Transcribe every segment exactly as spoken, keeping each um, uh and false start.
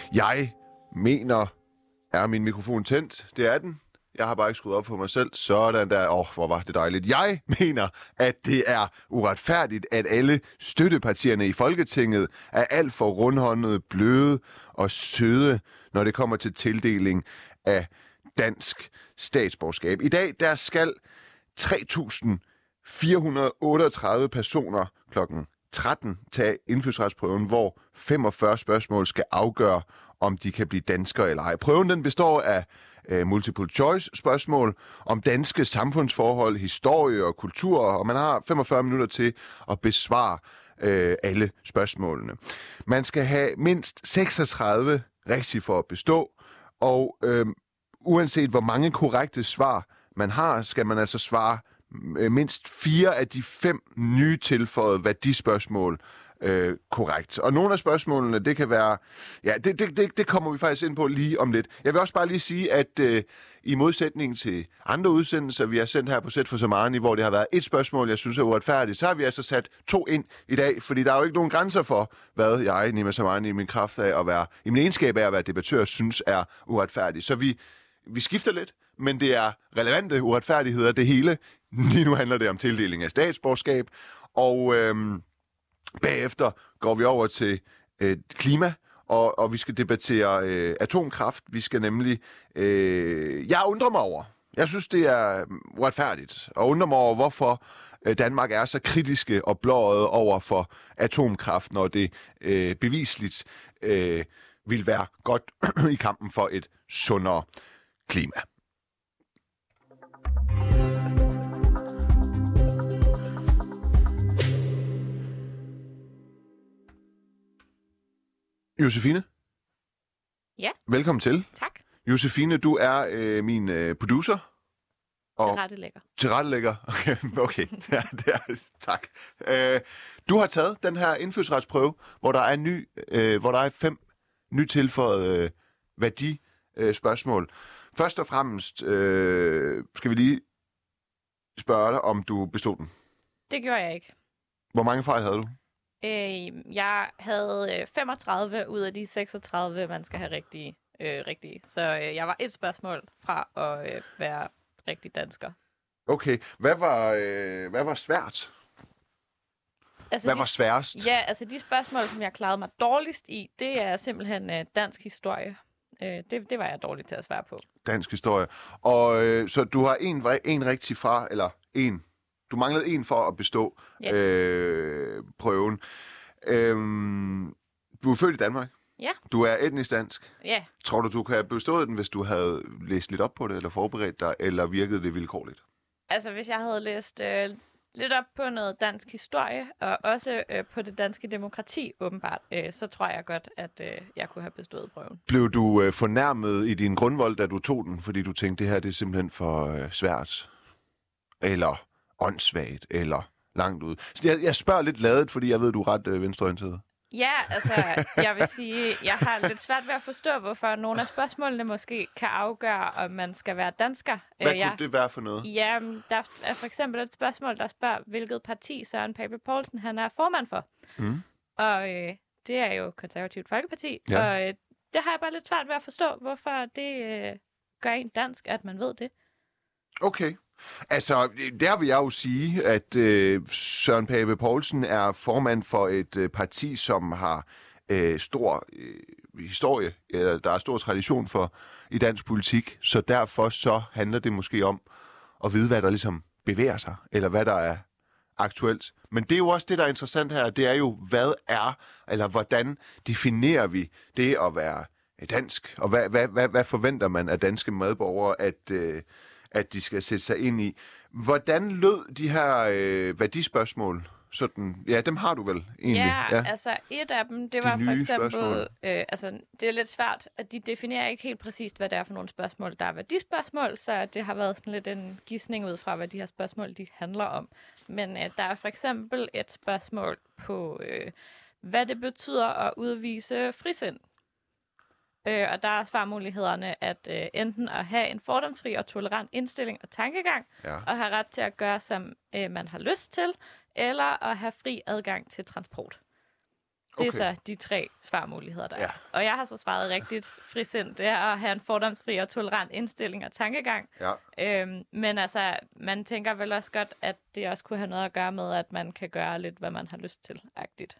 Jeg mener, er min mikrofon tændt? Det er den. Jeg har bare ikke skruet op for mig selv. Sådan der. Åh, oh, hvor var det dejligt. Jeg mener, at det er uretfærdigt, at alle støttepartierne i Folketinget er alt for rundhåndede, bløde og søde, når det kommer til tildeling af dansk statsborgerskab. I dag, der skal tre tusind fire hundrede otteogtredive personer klokken tretten tage indfødsretsprøven, hvor femogfyrre spørgsmål skal afgøre, om de kan blive danskere eller ej. Prøven den består af uh, multiple choice spørgsmål om danske samfundsforhold, historie og kultur, og man har femogfyrre minutter til at besvare uh, alle spørgsmålene. Man skal have mindst seksogtredive rigtigt for at bestå, og uh, uanset hvor mange korrekte svar man har, skal man altså svare uh, mindst fire af de fem nye tilføjede værdispørgsmål Øh, korrekt. Og nogle af spørgsmålene, det kan være... Ja, det, det, det, det kommer vi faktisk ind på lige om lidt. Jeg vil også bare lige sige, at øh, i modsætning til andre udsendelser, vi har sendt her på Sæt for Samani, hvor det har været et spørgsmål, jeg synes er uretfærdigt, så har vi altså sat to ind i dag, fordi der er jo ikke nogen grænser for, hvad jeg, Nima Samani, i min kraft af at være, i min egenskab af at være debattør, synes er uretfærdigt. Så vi, vi skifter lidt, men det er relevante uretfærdigheder, det hele. Lige nu handler det om tildeling af statsborgerskab, og... Øh, Bagefter går vi over til øh, klima, og, og vi skal debattere øh, atomkraft. Vi skal nemlig... Øh, jeg undrer mig over, jeg synes, det er uretfærdigt, og undrer mig over, hvorfor øh, Danmark er så kritiske og blåøjet over for atomkraft, når det øh, bevisligt øh, vil være godt i kampen for et sundere klima. Josefine? Ja. Velkommen til. Tak. Josefine, du er øh, min øh, producer. Og tilrettelægger. Tilrettelægger. Okay, okay. Ja, det er, tak. Øh, du har taget den her indfødsretsprøve, hvor der er ny, øh, hvor der er fem nytilføjede øh, værdispørgsmål. Øh, Først og fremmest øh, skal vi lige spørge dig, om du bestod den. Det gjorde jeg ikke. Hvor mange fejl havde du? Øh, jeg havde femogtredive ud af de seksogtredive, man skal have rigtige. Øh, rigtige. Så øh, jeg var et spørgsmål fra at øh, være rigtig dansker. Okay. Hvad var, øh, hvad var svært? Altså hvad de, var sværest? Ja, altså de spørgsmål, som jeg klarede mig dårligst i, det er simpelthen øh, dansk historie. Øh, det, det var jeg dårlig til at svare på. Dansk historie. Og øh, så du har en, en rigtig fra, eller en... Du manglede en for at bestå ja. øh, prøven. Øhm, du er født i Danmark. Ja. Du er etnisk dansk. Ja. Tror du, du kan have bestået den, hvis du havde læst lidt op på det, eller forberedt dig, eller virkede det vilkårligt? Altså, hvis jeg havde læst øh, lidt op på noget dansk historie, og også øh, på det danske demokrati, åbenbart, øh, så tror jeg godt, at øh, jeg kunne have bestået prøven. Blev du øh, fornærmet i din grundvold, da du tog den, fordi du tænkte, det her det er simpelthen for øh, svært? Eller... åndssvagt eller langt ud. Så jeg, jeg spørger lidt ladet, fordi jeg ved, du er ret øh, venstreorienteret. Ja, altså, jeg vil sige, jeg har lidt svært ved at forstå, hvorfor nogle af spørgsmålene måske kan afgøre, om man skal være dansker. Hvad øh, kunne jeg, det være for noget? Ja, der er for eksempel et spørgsmål, der spørger, hvilket parti Søren Pape Poulsen han er formand for. Mm. Og øh, det er jo Konservativt Folkeparti. Ja. Og øh, det har jeg bare lidt svært ved at forstå, hvorfor det øh, gør en dansk, at man ved det. Okay. Altså, der vil jeg jo sige, at øh, Søren Pape Poulsen er formand for et øh, parti, som har øh, stor øh, historie, eller der er stor tradition for i dansk politik, så derfor så handler det måske om at vide, hvad der ligesom bevæger sig, eller hvad der er aktuelt. Men det er jo også det, der er interessant her, det er jo, hvad er, eller hvordan definerer vi det at være dansk, og hvad, hvad, hvad, hvad forventer man af danske medborgere, at... Øh, at de skal sætte sig ind i. Hvordan lød de her øh, værdispørgsmål? Sådan, ja, dem har du vel egentlig? Ja, ja. altså et af dem, det de var for eksempel, øh, altså det er lidt svært, at de definerer ikke helt præcist, hvad det er for nogle spørgsmål, der er værdispørgsmål, så det har været sådan lidt en gidsning ud fra, hvad de her spørgsmål, de handler om. Men øh, der er for eksempel et spørgsmål på, øh, hvad det betyder at udvise frisind. Øh, og der er svarmulighederne at øh, enten at have en fordomsfri og tolerant indstilling og tankegang, ja. Og have ret til at gøre, som øh, man har lyst til, eller at have fri adgang til transport. Det er så de tre svarmuligheder, der er. Ja. Og jeg har så svaret rigtigt frisind. Det er at have en fordomsfri og tolerant indstilling og tankegang. Ja. Øhm, men altså, man tænker vel også godt, at det også kunne have noget at gøre med, at man kan gøre lidt, hvad man har lyst til, agtigt.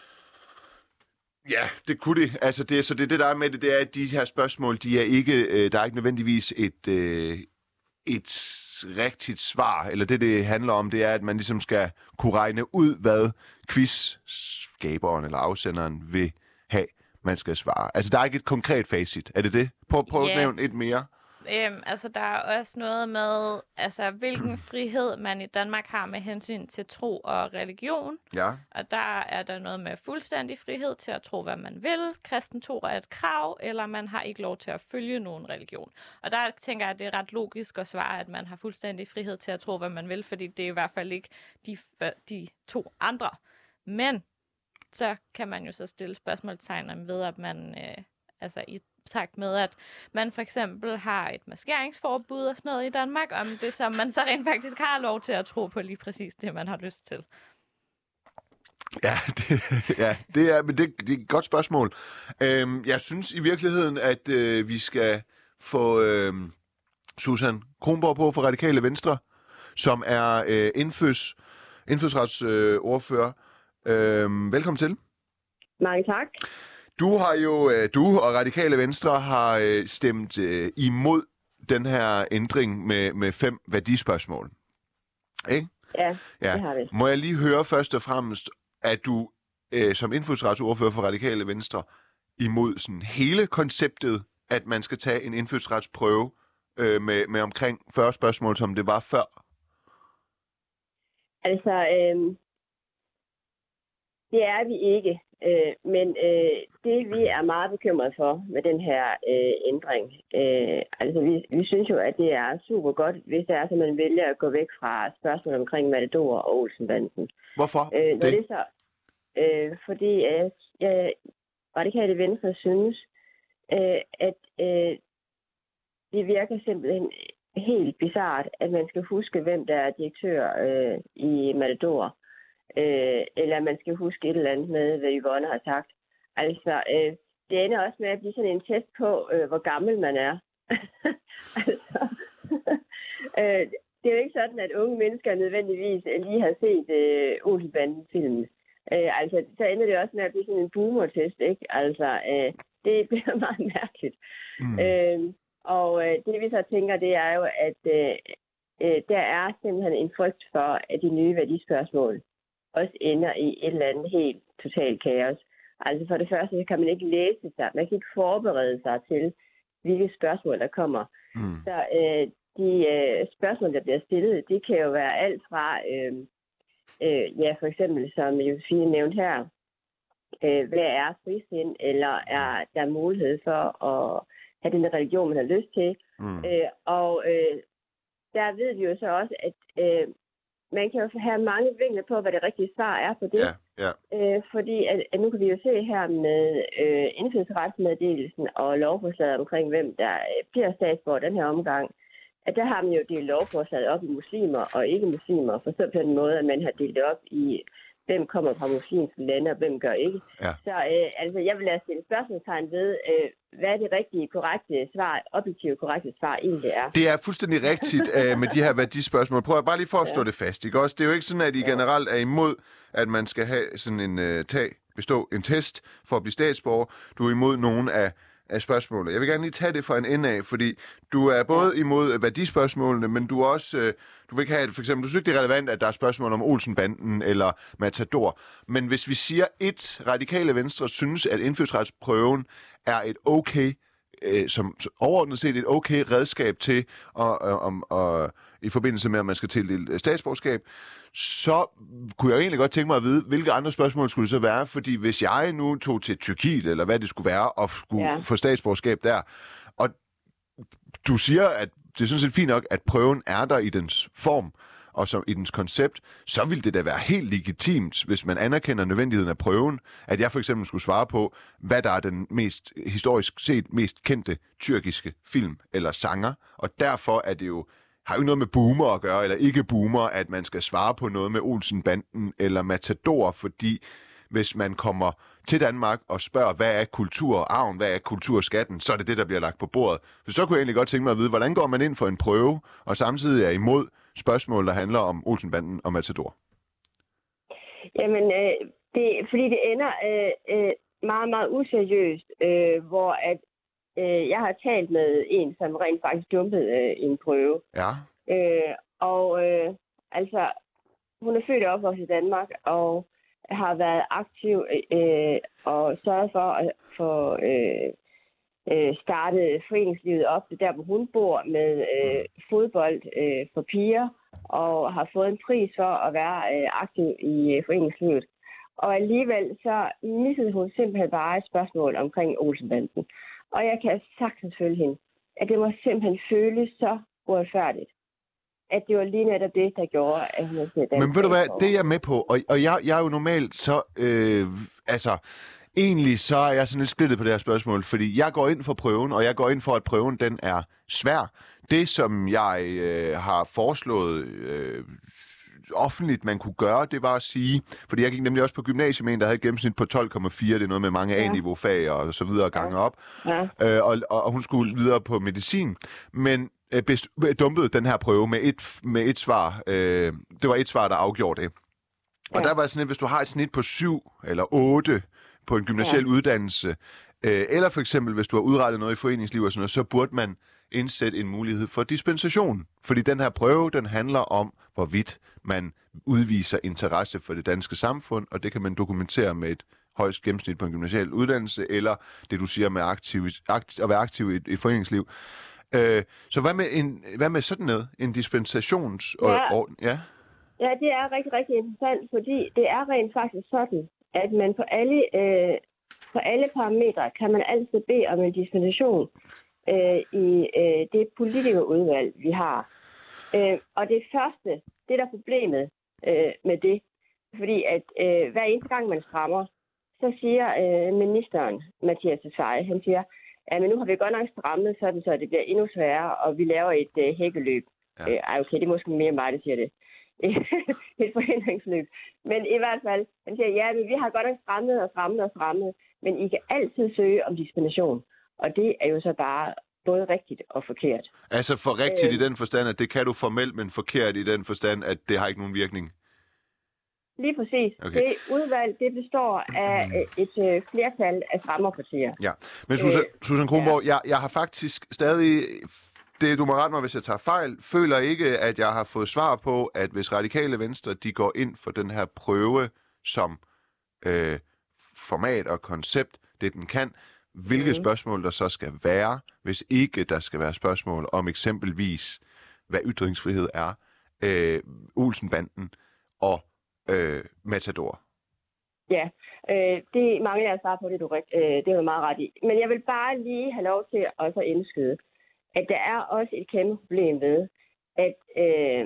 Ja, det kunne det. Altså, det, så det, det der er med det, det er, at de her spørgsmål, de er ikke, øh, der er ikke nødvendigvis et, øh, et rigtigt svar. Eller det, det handler om, det er, at man ligesom skal kunne regne ud, hvad quizskaberen eller afsenderen vil have, man skal svare. Altså, der er ikke et konkret facit. Er det det? Prøv, prøv yeah. at nævne et mere. Øhm, altså, der er også noget med, altså, hvilken frihed man i Danmark har med hensyn til tro og religion. Ja. Og der er der noget med fuldstændig frihed til at tro, hvad man vil. Kristen tro er et krav, eller man har ikke lov til at følge nogen religion. Og der tænker jeg, at det er ret logisk at svare, at man har fuldstændig frihed til at tro, hvad man vil, fordi det er i hvert fald ikke de, de to andre. Men så kan man jo så stille spørgsmålstegn om ved, at man øh, altså i takt med, at man for eksempel har et maskeringsforbud og sådan noget i Danmark, om det som man så rent faktisk har lov til at tro på lige præcis det, man har lyst til. Ja, det, ja, det er, men det, det er et godt spørgsmål. Øhm, jeg synes i virkeligheden, at øh, vi skal få øh, Susan Kronborg på fra Radikale Venstre, som er øh, indføds, indfødsretsordfører. Øh, velkommen til. Mange tak. Du har jo, du og Radikale Venstre har stemt imod den her ændring med, med fem værdispørgsmål. Ikke? Ja, ja, det har vi. Må jeg lige høre først og fremmest, at du øh, som indfødsretsordfører for Radikale Venstre imod sådan hele konceptet, at man skal tage en indfødsretsprøve øh, med, med omkring fyrre spørgsmål, som det var før? Altså, øh, det er vi ikke. Øh, men øh, det, vi er meget bekymrede for med den her øh, ændring, øh, altså vi, vi synes jo, at det er super godt, hvis det er, at man vælger at gå væk fra spørgsmål omkring Matador og Olsen-banden. Hvorfor øh, det? det så, øh, fordi øh, jeg, Radikale Venstre synes, øh, at øh, det virker simpelthen helt bizart, at man skal huske, hvem der er direktør øh, i Matador. Øh, eller man skal huske et eller andet med, hvad Yvonne har sagt. Altså, øh, det ender også med at blive sådan en test på, øh, hvor gammel man er. altså, øh, det er jo ikke sådan, at unge mennesker nødvendigvis lige har set øh, Olsen-banden-filmen. Øh, altså, så ender det også med at blive sådan en boomer-test, ikke? Altså, øh, det bliver meget mærkeligt. Mm. Øh, og øh, det vi så tænker, det er jo, at øh, øh, der er simpelthen en frygt for, at de nye værdispørgsmål også ender i et eller andet helt totalt kaos. Altså for det første, så kan man ikke læse sig, man kan ikke forberede sig til, hvilke spørgsmål der kommer. Mm. Så øh, de øh, spørgsmål, der bliver stillet, det kan jo være alt fra, øh, øh, ja for eksempel, som Josefine nævnte her, øh, hvad er frisind, eller er der mulighed for at have den religion, man har lyst til. Mm. Øh, og øh, der ved vi jo så også, at øh, man kan jo have mange vinkler på, hvad det rigtige svar er på det. Ja, ja. Øh, fordi at, at nu kan vi jo se her med øh, indfødsretsmeddelelsen og lovforslaget omkring, hvem der øh, bliver statsborger den her omgang, at der har man jo delt lovforslaget op i muslimer og ikke-muslimer, forstået på den måde, at man har delt det op i, hvem kommer fra muslimske lande, og hvem gør ikke. Ja. Så øh, altså, jeg vil lade stille spørgsmålstegn ved, øh, hvad det rigtige, korrekte svar, objektive korrekte svar egentlig er. Det er fuldstændig rigtigt uh, med de her værdispørgsmål. Prøv at bare lige for at ja. slå det fast, ikke også? Det er jo ikke sådan, at I ja. generelt er imod, at man skal have sådan en uh, tag, bestå en test for at blive statsborger. Du er imod nogen af af spørgsmålet. Jeg vil gerne lige tage det fra en ende af, fordi du er både imod værdispørgsmålene, men du er også, øh, du vil ikke have, for eksempel, du synes ikke, det er relevant, at der er spørgsmål om Olsen-banden eller Matador. Men hvis vi siger et, Radikale Venstre synes, at indfødsretsprøven er et okay, øh, som overordnet set et okay redskab til, at, øh, om, øh, i forbindelse med, at man skal tildele statsborgerskab, så kunne jeg jo egentlig godt tænke mig at vide, hvilke andre spørgsmål skulle det så være, fordi hvis jeg nu tog til Tyrkiet, eller hvad det skulle være, og skulle ja. få statsborgerskab der, og du siger, at det er sådan set fint nok, at prøven er der i dens form, og som i dens koncept, så ville det da være helt legitimt, hvis man anerkender nødvendigheden af prøven, at jeg for eksempel skulle svare på, hvad der er den mest historisk set mest kendte tyrkiske film eller sanger, og derfor er det jo har jo ikke noget med boomer at gøre, eller ikke boomer, at man skal svare på noget med Olsen-banden eller Matador, fordi hvis man kommer til Danmark og spørger, hvad er kulturarven, hvad er kulturskatten, så er det det, der bliver lagt på bordet. Så så kunne jeg egentlig godt tænke mig at vide, hvordan går man ind for en prøve, og samtidig er imod spørgsmål, der handler om Olsenbanden og Matador? Jamen, øh, det, fordi det ender øh, øh, meget, meget useriøst, øh, hvor at øh, jeg har talt med en, som rent faktisk dumpede øh, en prøve. Ja. Øh, og øh, altså, hun er født og opvokset i Danmark, og har været aktiv øh, og sørget for at få øh, øh, startet foreningslivet op der, hvor hun bor, med øh, fodbold øh, for piger, og har fået en pris for at være øh, aktiv i øh, foreningslivet. Og alligevel så missede hun simpelthen bare et spørgsmål omkring Olsenbanden. Og jeg kan sagtens følge hende, at det må simpelthen føles så uretfærdigt, at det var lige netop det, der gjorde, at hun havde set. Men ved du hvad, det er jeg med på, og, og jeg, jeg er jo normalt så, øh, altså, egentlig så er jeg sådan lidt splittet på det her spørgsmål, fordi jeg går ind for prøven, og jeg går ind for, at prøven den er svær. Det, som jeg øh, har foreslået øh, offentligt, man kunne gøre, det var at sige, fordi jeg gik nemlig også på gymnasiet med en, der havde et gennemsnit på tolv komma fire, det er noget med mange ja. A-niveau-fag og så videre gange op, ja. øh, og, og hun skulle videre på medicin, men øh, best, dumpede den her prøve med et, med et svar. Øh, det var et svar, der afgjorde det. Og ja. der var sådan, at hvis du har et snit på syv eller otte på en gymnasiel ja. uddannelse, øh, eller for eksempel, hvis du har udrettet noget i foreningsliv og sådan noget, så burde man indsætte en mulighed for dispensation. Fordi den her prøve, den handler om, hvorvidt man udviser interesse for det danske samfund, og det kan man dokumentere med et højst gennemsnit på en gymnasial uddannelse, eller det, du siger med aktiv, akt, at være aktiv i et, i foreningsliv. Øh, så hvad med, en, hvad med sådan noget? En dispensations... Ja. Og, ja. ja, det er rigtig, rigtig interessant, fordi det er rent faktisk sådan, at man på alle, øh, på alle parametre kan man altid bede om en dispensation øh, i øh, det politikerudvalg, vi har. Øh, og det første, det der er problemet øh, med det, fordi at øh, hver eneste gang man strammer, så siger øh, ministeren, Mathias Tesfaye, han siger, ja, men nu har vi godt nok strammet sådan, så det bliver endnu sværere, og vi laver et øh, hækkeløb. Ja. Øh, ej, okay, det er måske mere mig, der siger det. Et forhindringsløb. Men i hvert fald, han siger, ja, men vi har godt nok strammet og strammet og strammet, men I kan altid søge om dispensation. Og det er jo så bare både rigtigt og forkert. Altså for rigtigt øh, i den forstand, at det kan du formelt, men forkert i den forstand, at det har ikke nogen virkning? Lige præcis. Okay. Det udvalg, det består af et øh, flertal af strammerpartier. Ja, men Susan, øh, Susan Kronborg, ja. jeg, jeg har faktisk stadig, det du må rette mig, hvis jeg tager fejl, føler ikke, at jeg har fået svar på, at hvis Radikale Venstre, de går ind for den her prøve som øh, format og koncept, det den kan, hvilke mm. spørgsmål der så skal være, hvis ikke der skal være spørgsmål om eksempelvis, hvad ytringsfrihed er, øh, Olsenbanden og øh, Matador. Ja, øh, det mangler jeg at svare på, det du øh, det er jo meget ret i. Men jeg vil bare lige have lov til at også indskyde, at der er også et kæmpe problem ved, at øh,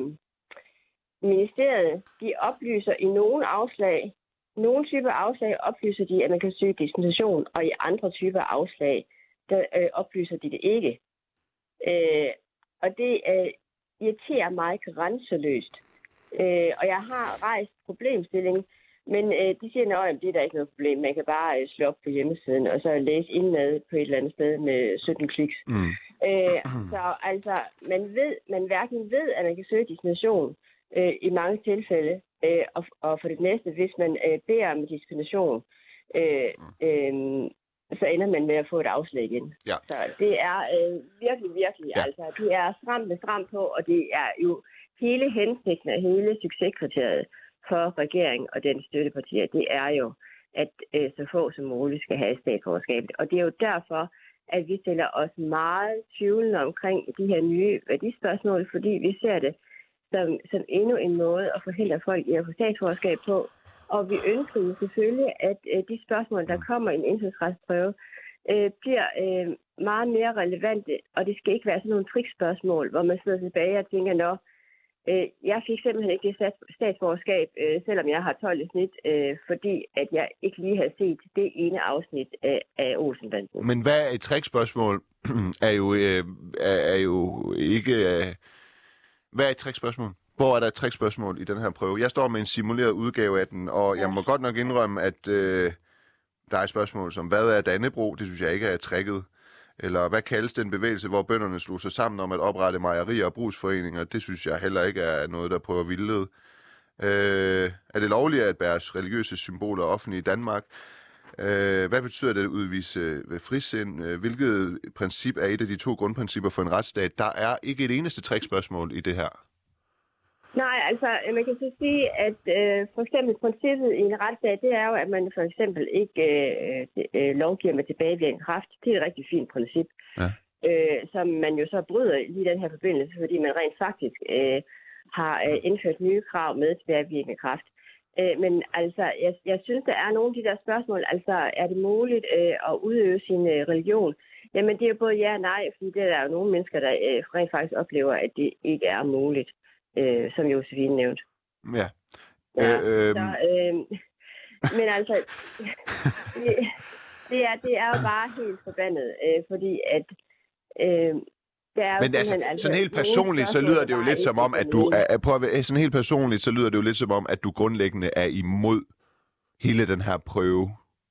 ministeriet, de oplyser i nogle afslag, nogle typer afslag oplyser de, at man kan søge dispensation, og i andre typer afslag, der øh, oplyser de det ikke. Øh, og det øh, irriterer mig grænseløst. Øh, og jeg har rejst problemstilling, men øh, de siger, at det er der ikke noget problem. Man kan bare øh, slå op på hjemmesiden, og så læse indad på et eller andet sted med sytten kliks. Mm. Øh, så altså, man ved, man hverken ved, at man kan søge dispensation øh, i mange tilfælde, øh, og, og for det næste, hvis man øh, beder om dispensation, øh, øh, så ender man med at få et afslag igen. Ja. Så det er øh, virkelig, virkelig, ja. altså, det er stramt med stramt på, og det er jo hele hensigten og hele succeskriteriet for regeringen og den støttepartier, det er jo, at øh, så få som muligt skal have statsborgerskabet. Og det er jo derfor, at vi stiller os meget tvivlende omkring de her nye værdispørgsmål, fordi vi ser det som, som endnu en måde at forhindre folk i at få statsborgerskab på. Og vi ønsker jo selvfølgelig, at øh, de spørgsmål, der kommer i en indfødsretsprøve, øh, bliver øh, meget mere relevante, og det skal ikke være sådan nogle trickspørgsmål, hvor man sidder tilbage og tænker, nå, øh, jeg fik simpelthen ikke det statsborgerskab, øh, selvom jeg har tolv i snit, øh, fordi at jeg ikke lige havde set det ene afsnit af, af Olsenbanden. Men hvad er et trickspørgsmål? er, jo, øh, er, er jo ikke... Øh... Hvad er et trickspørgsmål? Hvor er der et trickspørgsmål i den her prøve? Jeg står med en simuleret udgave af den, og jeg må godt nok indrømme, at øh, der er et spørgsmål som, hvad er Dannebro? Det synes jeg ikke er tricket. Eller hvad kaldes den bevægelse, hvor bønderne slog sig sammen om at oprette mejerier og brugsforeninger? Det synes jeg heller ikke er noget, der prøver at vildlede. Øh, er det lovligt at bære religiøse symboler offentligt i Danmark? Øh, hvad betyder det at udvise øh, frisind? Øh, hvilket princip er et af de to grundprincipper for en retsstat? Der er ikke et eneste trickspørgsmål i det her. Nej, altså man kan så sige, at øh, for eksempel princippet i en retsstat, det er jo, at man for eksempel ikke øh, øh, lovgiver med tilbagevirkende kraft. Det er et rigtig fint princip, ja. øh, som man jo så bryder i den her forbindelse, fordi man rent faktisk øh, har øh, indført nye krav med tilbagevirkende kraft. Øh, men altså, jeg, jeg synes, der er nogle af de der spørgsmål. Altså, er det muligt øh, at udøve sin øh, religion? Jamen, det er jo både ja og nej, fordi det er der jo nogle mennesker, der øh, rent faktisk oplever, at det ikke er muligt. Øh, som Josefine nævnte. Ja. ja øh, øh... Så, øh, men altså, det, det, er, det er jo bare helt forbandet, øh, fordi at øh, der er men altså, altså, sådan helt personligt, så lyder det jo lidt som om, at du er, prøv at, sådan helt personligt, så lyder det jo lidt som om, at du grundlæggende er imod hele den her prøve.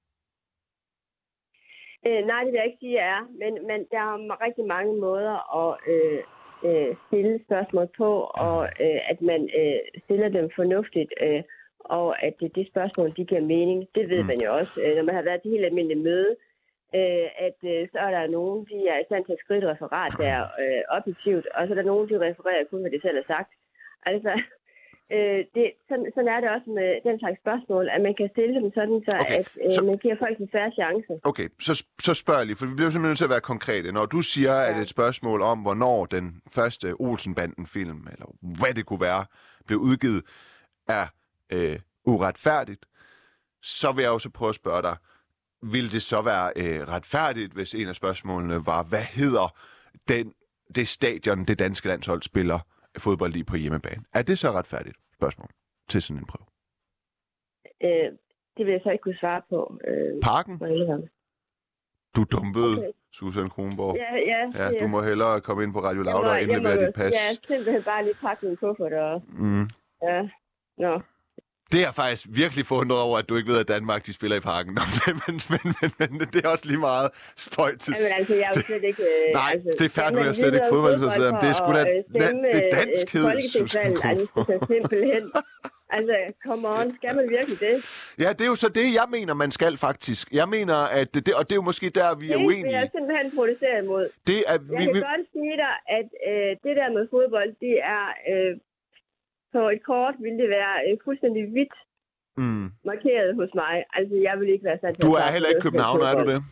Øh, nej, det vil jeg ikke sige, er, men, men der er rigtig mange måder at øh, øh, stille spørgsmål på, og øh, at man øh, stiller dem fornuftigt, øh, og at det, det spørgsmål, de giver mening. Det ved mm. man jo også, øh, når man har været til helt almindeligt møde, øh, at øh, så er der nogen, de er i stand til at skrive et referat, der er øh, objektivt, og så er der nogen, de refererer kun, hvad de selv har sagt. Altså, øh, det, sådan, sådan er det også med den slags spørgsmål, at man kan stille dem sådan, så, okay. at øh, så man giver folk en færre chance. Okay, så, så spørger jeg lige, for vi bliver simpelthen nødt til at være konkrete. Når du siger, ja. at et spørgsmål om, hvornår den første Olsenbanden-film, eller hvad det kunne være, blev udgivet, er øh, uretfærdigt, så vil jeg også prøve at spørge dig, vil det så være øh, retfærdigt, hvis en af spørgsmålene var, hvad hedder den, det stadion, det danske landshold spiller fodbold lige på hjemmebane? Er det så retfærdigt? Spørgsmål til sådan en prøve. Øh, det vil jeg så ikke kunne svare på. Øh, Parken? Du dumpede, okay. Susan Kronborg. Ja, ja. Ja, du må hellere komme ind på Radio Lauter og indlevere dit pas. Ja, simpelthen bare lige pakke min kuffert og... Mm. Ja, nå. Det er faktisk virkelig forundret over, at du ikke ved, at Danmark de spiller i parken. men, men, men, men det er også lige meget spøjt til... Jamen altså, jeg er jo slet ikke... Øh, Nej, altså, det er færdigt med at slet ikke fodboldinteresseret. Det er sgu da... Det er danskhed, Susan Kronborg. Simpelthen. Altså, come on, skal man virkelig det? Ja, det er jo så det, jeg mener, man skal faktisk. Jeg mener, at det, og det er jo måske der, vi er uenige. Det vil jeg simpelthen producere imod. Det er, jeg vi, kan vi... godt sige dig, at øh, det der med fodbold, det er... Øh, på et kort vil det være øh, fuldstændig hvidt mm. markeret hos mig. Altså, jeg vil ikke være sat til. Du er heller ikke københavner, er du det?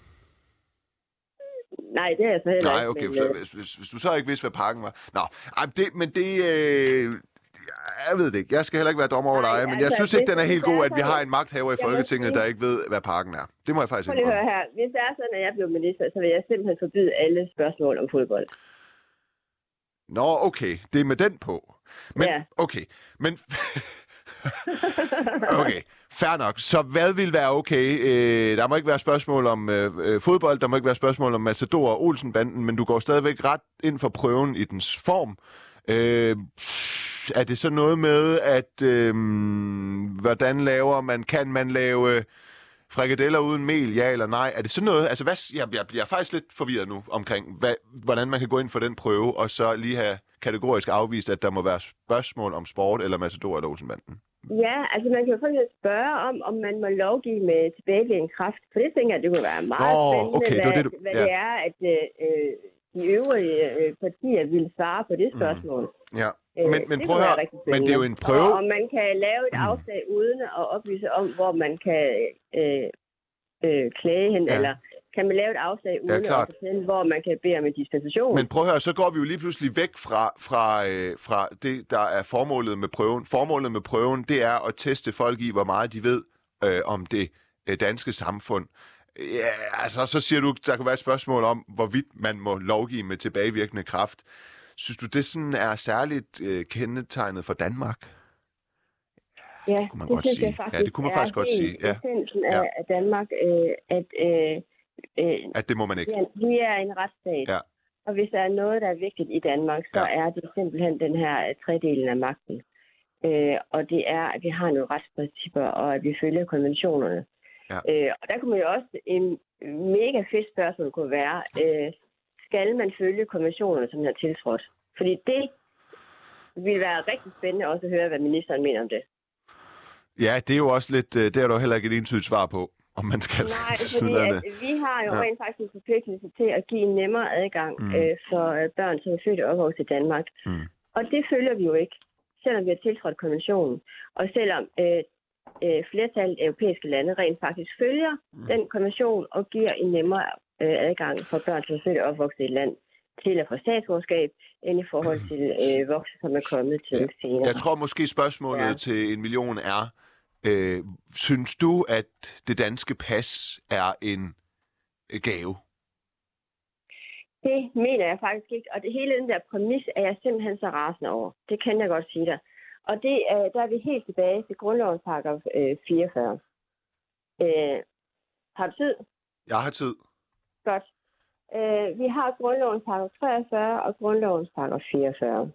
Nej, det er jeg så heller Nej, ikke. okay, men, så, hvis, hvis, hvis du så ikke vidste, hvad parken var. Nå, ej, det, men det... Øh, jeg ved det ikke. Jeg skal heller ikke være dommer over dig, men altså, jeg synes ikke, den er helt god, at vi har en magthaver i Folketinget, der ikke ved, hvad parken er. Det må jeg faktisk ikke høre her. Hvis det er sådan, at jeg blev minister, så vil jeg simpelthen forbyde alle spørgsmål om fodbold. Nå, okay. Det er med den på. Men, ja. okay. Men... okay, fair nok. Så hvad vil være okay? Øh, der må ikke være spørgsmål om øh, fodbold, der må ikke være spørgsmål om Matador og Olsenbanden, men du går stadigvæk ret ind for prøven i dens form. Øh, er det så noget med, at øh, hvordan laver man, kan man lave øh, frikadeller uden mel, ja eller nej? Er det sådan noget? Altså, hvad, jeg, jeg bliver faktisk lidt forvirret nu omkring, hvad, hvordan man kan gå ind for den prøve, og så lige have kategorisk afvist, at der må være spørgsmål om sport eller Matador eller Olsenbanden. Ja, altså man kan jo faktisk spørge om, om man må lovgive med tilbagevirkende kraft. For det tænker jeg, det kunne være meget Nå, spændende, okay, hvad, det, det, hvad ja. det er, at øh, de øvrige øh, partier vil svare på det spørgsmål. Mm. Ja, men, men prøv at høre, men det er jo en prøve. Og, og man kan lave et afslag mm. uden at oplyse om, hvor man kan øh, øh, klage hen, ja. eller kan man lave et afslag uden ja, at fortælle, hvor man kan bede om en dispensation. Men prøv at høre, så går vi jo lige pludselig væk fra, fra, øh, fra det, der er formålet med prøven. Formålet med prøven, det er at teste folk i, hvor meget de ved øh, om det øh, danske samfund. Ja, altså, så siger du, der kan være et spørgsmål om, hvorvidt man må lovgive med tilbagevirkende kraft. Synes du, det sådan er særligt øh, kendetegnet for Danmark? Ja, det kunne man det godt sige. Faktisk, ja, det kunne man faktisk godt sige. Ja. Af, af Danmark, øh, at, øh, øh, at det må man ikke. Ja, vi er en retsstat. Ja. Og hvis der er noget, der er vigtigt i Danmark, så Ja. er det simpelthen den her øh, tredelen af magten. Øh, og det er, at vi har nogle retsprincipper, og at vi følger konventionerne. Ja. Øh, og der kunne man jo også, en mega fedt spørgsmål kunne være, øh, skal man følge konventionerne, som den har tiltrådt? Fordi det ville være rigtig spændende også at høre, hvad ministeren mener om det. Ja, det er jo også lidt, øh, det er der jo heller ikke et entydigt svar på, om man skal. Nej, fordi at vi har jo Ja. rent faktisk en forpligtelse til at give en nemmere adgang Mm. øh, for øh, børn, som er født og opvokset i Danmark. Mm. Og det følger vi jo ikke, selvom vi har tiltrådt konventionen. Og selvom øh, øh, flertallet af europæiske lande rent faktisk følger mm. den konvention og giver en nemmere øh, adgang for børn, som er født og opvokset i et land, til at få statsborgerskab, end i forhold til øh, voksne, som er kommet til Ja. senere. Jeg tror måske spørgsmålet Ja. til en million er, øh, synes du, at det danske pas er en øh, gave? Det mener jeg faktisk ikke, og det hele den der præmis er jeg simpelthen så rasende over. Det kan jeg godt sige dig. Og det, øh, der er vi helt tilbage til grundlovens paragraf øh, fireogfyrre. Øh, har du tid? Jeg har tid. Godt. Øh, vi har grundlovens paragraf treogfyrre og grundlovens paragraf fireogfyrre.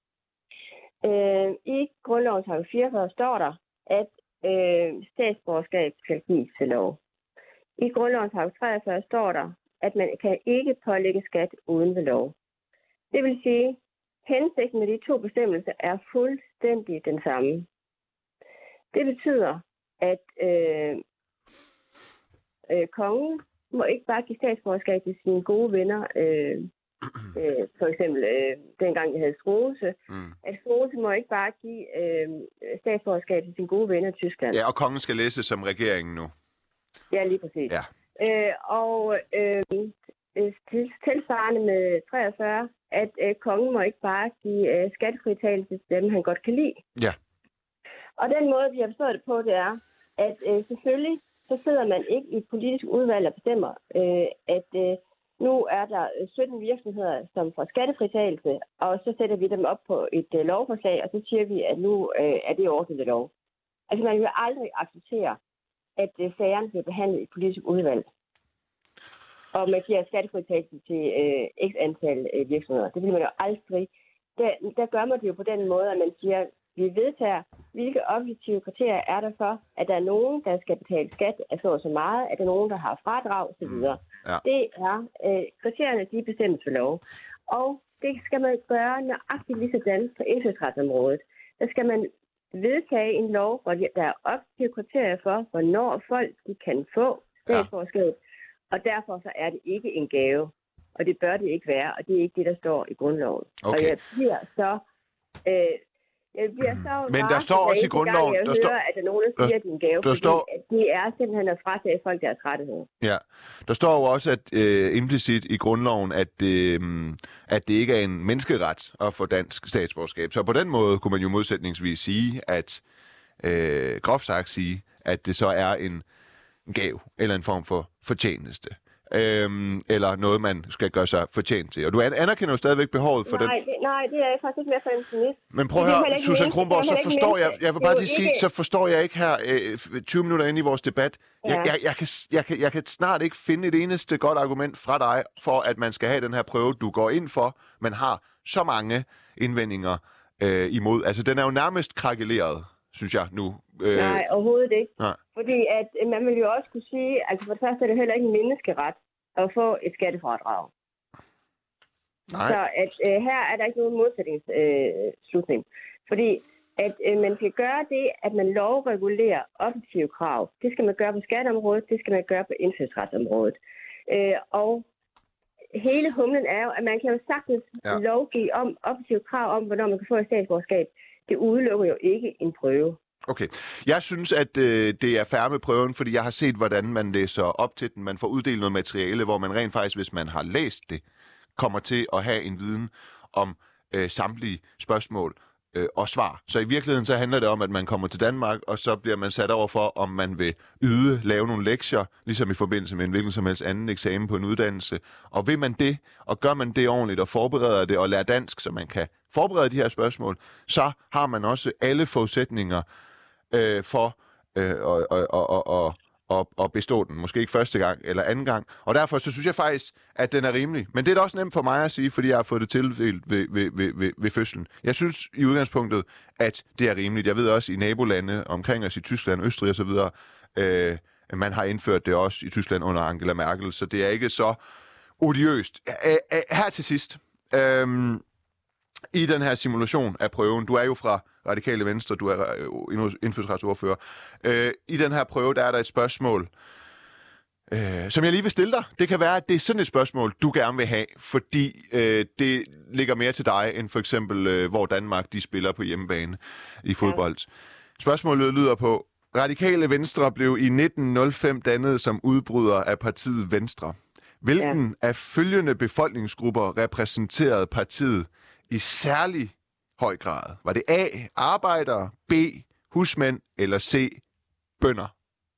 Øh, I grundlovens paragraf fireogfyrre står der, at øh, statsborgerskab skal gives til lov. I grundlovens paragraf treogfyrre står der, at man kan ikke pålægge skat uden ved lov. Det vil sige, hensigten med de to bestemmelser er fuldstændig den samme. Det betyder, at øh, øh, kongen må ikke bare give statsborgerskab til sine gode venner, øh, øh, for eksempel øh, dengang jeg havde Struensee, Mm. at Struensee må ikke bare give øh, statsborgerskab til sine gode venner i Tyskland. Ja, og kongen skal læse som regeringen nu. Ja, lige præcis. Ja. Øh, og øh, til, tilsvarende med treogfyrre, at øh, kongen må ikke bare give øh, skattefritagelse til dem, han godt kan lide. Ja. Og den måde, vi har forstået det på, det er, at øh, selvfølgelig så sidder man ikke i et politisk udvalg og bestemmer, øh, at øh, nu er der sytten virksomheder, som får skattefritagelse, og så sætter vi dem op på et øh, lovforslag, og så siger vi, at nu øh, er det ordentligt lov. Altså man vil aldrig acceptere, at øh, sagerne bliver behandlet i et politisk udvalg. Og man giver skattefritagelse til øh, x antal øh, virksomheder. Det vil man jo aldrig. Der, der gør man det jo på den måde, at man siger, vi vedtager, hvilke objektive kriterier er der for, at der er nogen, der skal betale skat af så og så meget, at der er nogen, der har fradrag osv. Mm. Ja. Det er øh, kriterierne, de bestemmes for lov. Og det skal man gøre nøjagtigt ligesådan på indfødsretsområdet. Der skal man vedtage en lov, hvor der er objektive kriterier for, hvornår folk de kan få statsborgerskab. Ja. Og derfor så er det ikke en gave. Og det bør det ikke være, og det er ikke det, der står i grundloven. Okay. Og jeg bliver så... Øh, jeg bliver så Men der står også i grundloven... Jeg der hører, står, at der er nogen, der siger, at det er en gave, der fordi står, at det er simpelthen at fratage folk deres rettigheder. ja, der står jo også at øh, implicit i grundloven, at, øh, at det ikke er en menneskeret at få dansk statsborgerskab. Så på den måde kunne man jo modsætningsvis sige, at øh, groft sagt sige, at det så er en gave eller en form for fortjeneste. Øhm, eller noget, man skal gøre sig fortjent til. Og du anerkender jo stadigvæk behovet for nej, den... Det, nej, det er jeg faktisk ikke mere for en feminist. Men prøv at Det er høre, heller ikke Susan mindst- Kronborg, det er så heller ikke forstår jeg... mindst- Jeg vil det er bare jo lige sige, ikke- så forstår jeg ikke her øh, tyve minutter inde i vores debat. Jeg, Ja. jeg, jeg, kan, jeg, kan, jeg kan snart ikke finde et eneste godt argument fra dig, for at man skal have den her prøve, du går ind for. Man har så mange indvendinger øh, imod. Altså, den er jo nærmest krakeleret, synes jeg nu. Øh, Nej, overhovedet ikke. nej. Fordi at øh, man vil jo også kunne sige, altså for det første er det heller ikke en menneskeret at få et skattefradrag. Nej. Så at øh, her er der ikke nogen modsætningsslutning. Øh, slutning. Fordi at øh, man skal gøre det, at man lovregulerer objektive krav. Det skal man gøre på skatteområdet, det skal man gøre på indfødsretsområdet. Øh, og hele humlen er jo, at man kan jo sagtens Ja. lovgive om objektive krav om, hvornår man kan få et statsborgerskab. Det udelukker jo ikke en prøve. Okay. Jeg synes, at øh, det er fair med prøven, fordi jeg har set, hvordan man læser op til den. Man får uddelt noget materiale, hvor man rent faktisk, hvis man har læst det, kommer til at have en viden om øh, samtlige spørgsmål øh, og svar. Så i virkeligheden så handler det om, at man kommer til Danmark, og så bliver man sat over for, om man vil yde, lave nogle lektier, ligesom i forbindelse med en hvilken som helst anden eksamen på en uddannelse. Og vil man det, og gør man det ordentligt, og forbereder det, og lærer dansk, så man kan forberede de her spørgsmål, så har man også alle forudsætninger øh, for øh, og, og, og, og, at, at bestå den. Måske ikke første gang eller anden gang. Og derfor så synes jeg faktisk, at den er rimelig. Men det er da også nemt for mig at sige, fordi jeg har fået det tildelt ved, ved, ved, ved, ved fødslen. Jeg synes i udgangspunktet, at det er rimeligt. Jeg ved også i nabolande omkring os i Tyskland, Østrig osv., øh, man har indført det også i Tyskland under Angela Merkel, så det er ikke så odiøst. Her til sidst, øhm, i den her simulation af prøven, du er jo fra Radikale Venstre, du er indfødsretsordfører, øh, i den her prøve, der er der et spørgsmål, øh, som jeg lige vil stille dig. Det kan være, at det er sådan et spørgsmål, du gerne vil have, fordi øh, det ligger mere til dig, end for eksempel, øh, hvor Danmark de spiller på hjemmebane i fodbold. Ja. Spørgsmålet lyder på: Radikale Venstre blev i nitten nul fem dannet som udbryder af partiet Venstre. Hvilken ja. af følgende befolkningsgrupper repræsenterede partiet i særlig høj grad? Var det A, arbejdere, B, husmænd eller C, bønder?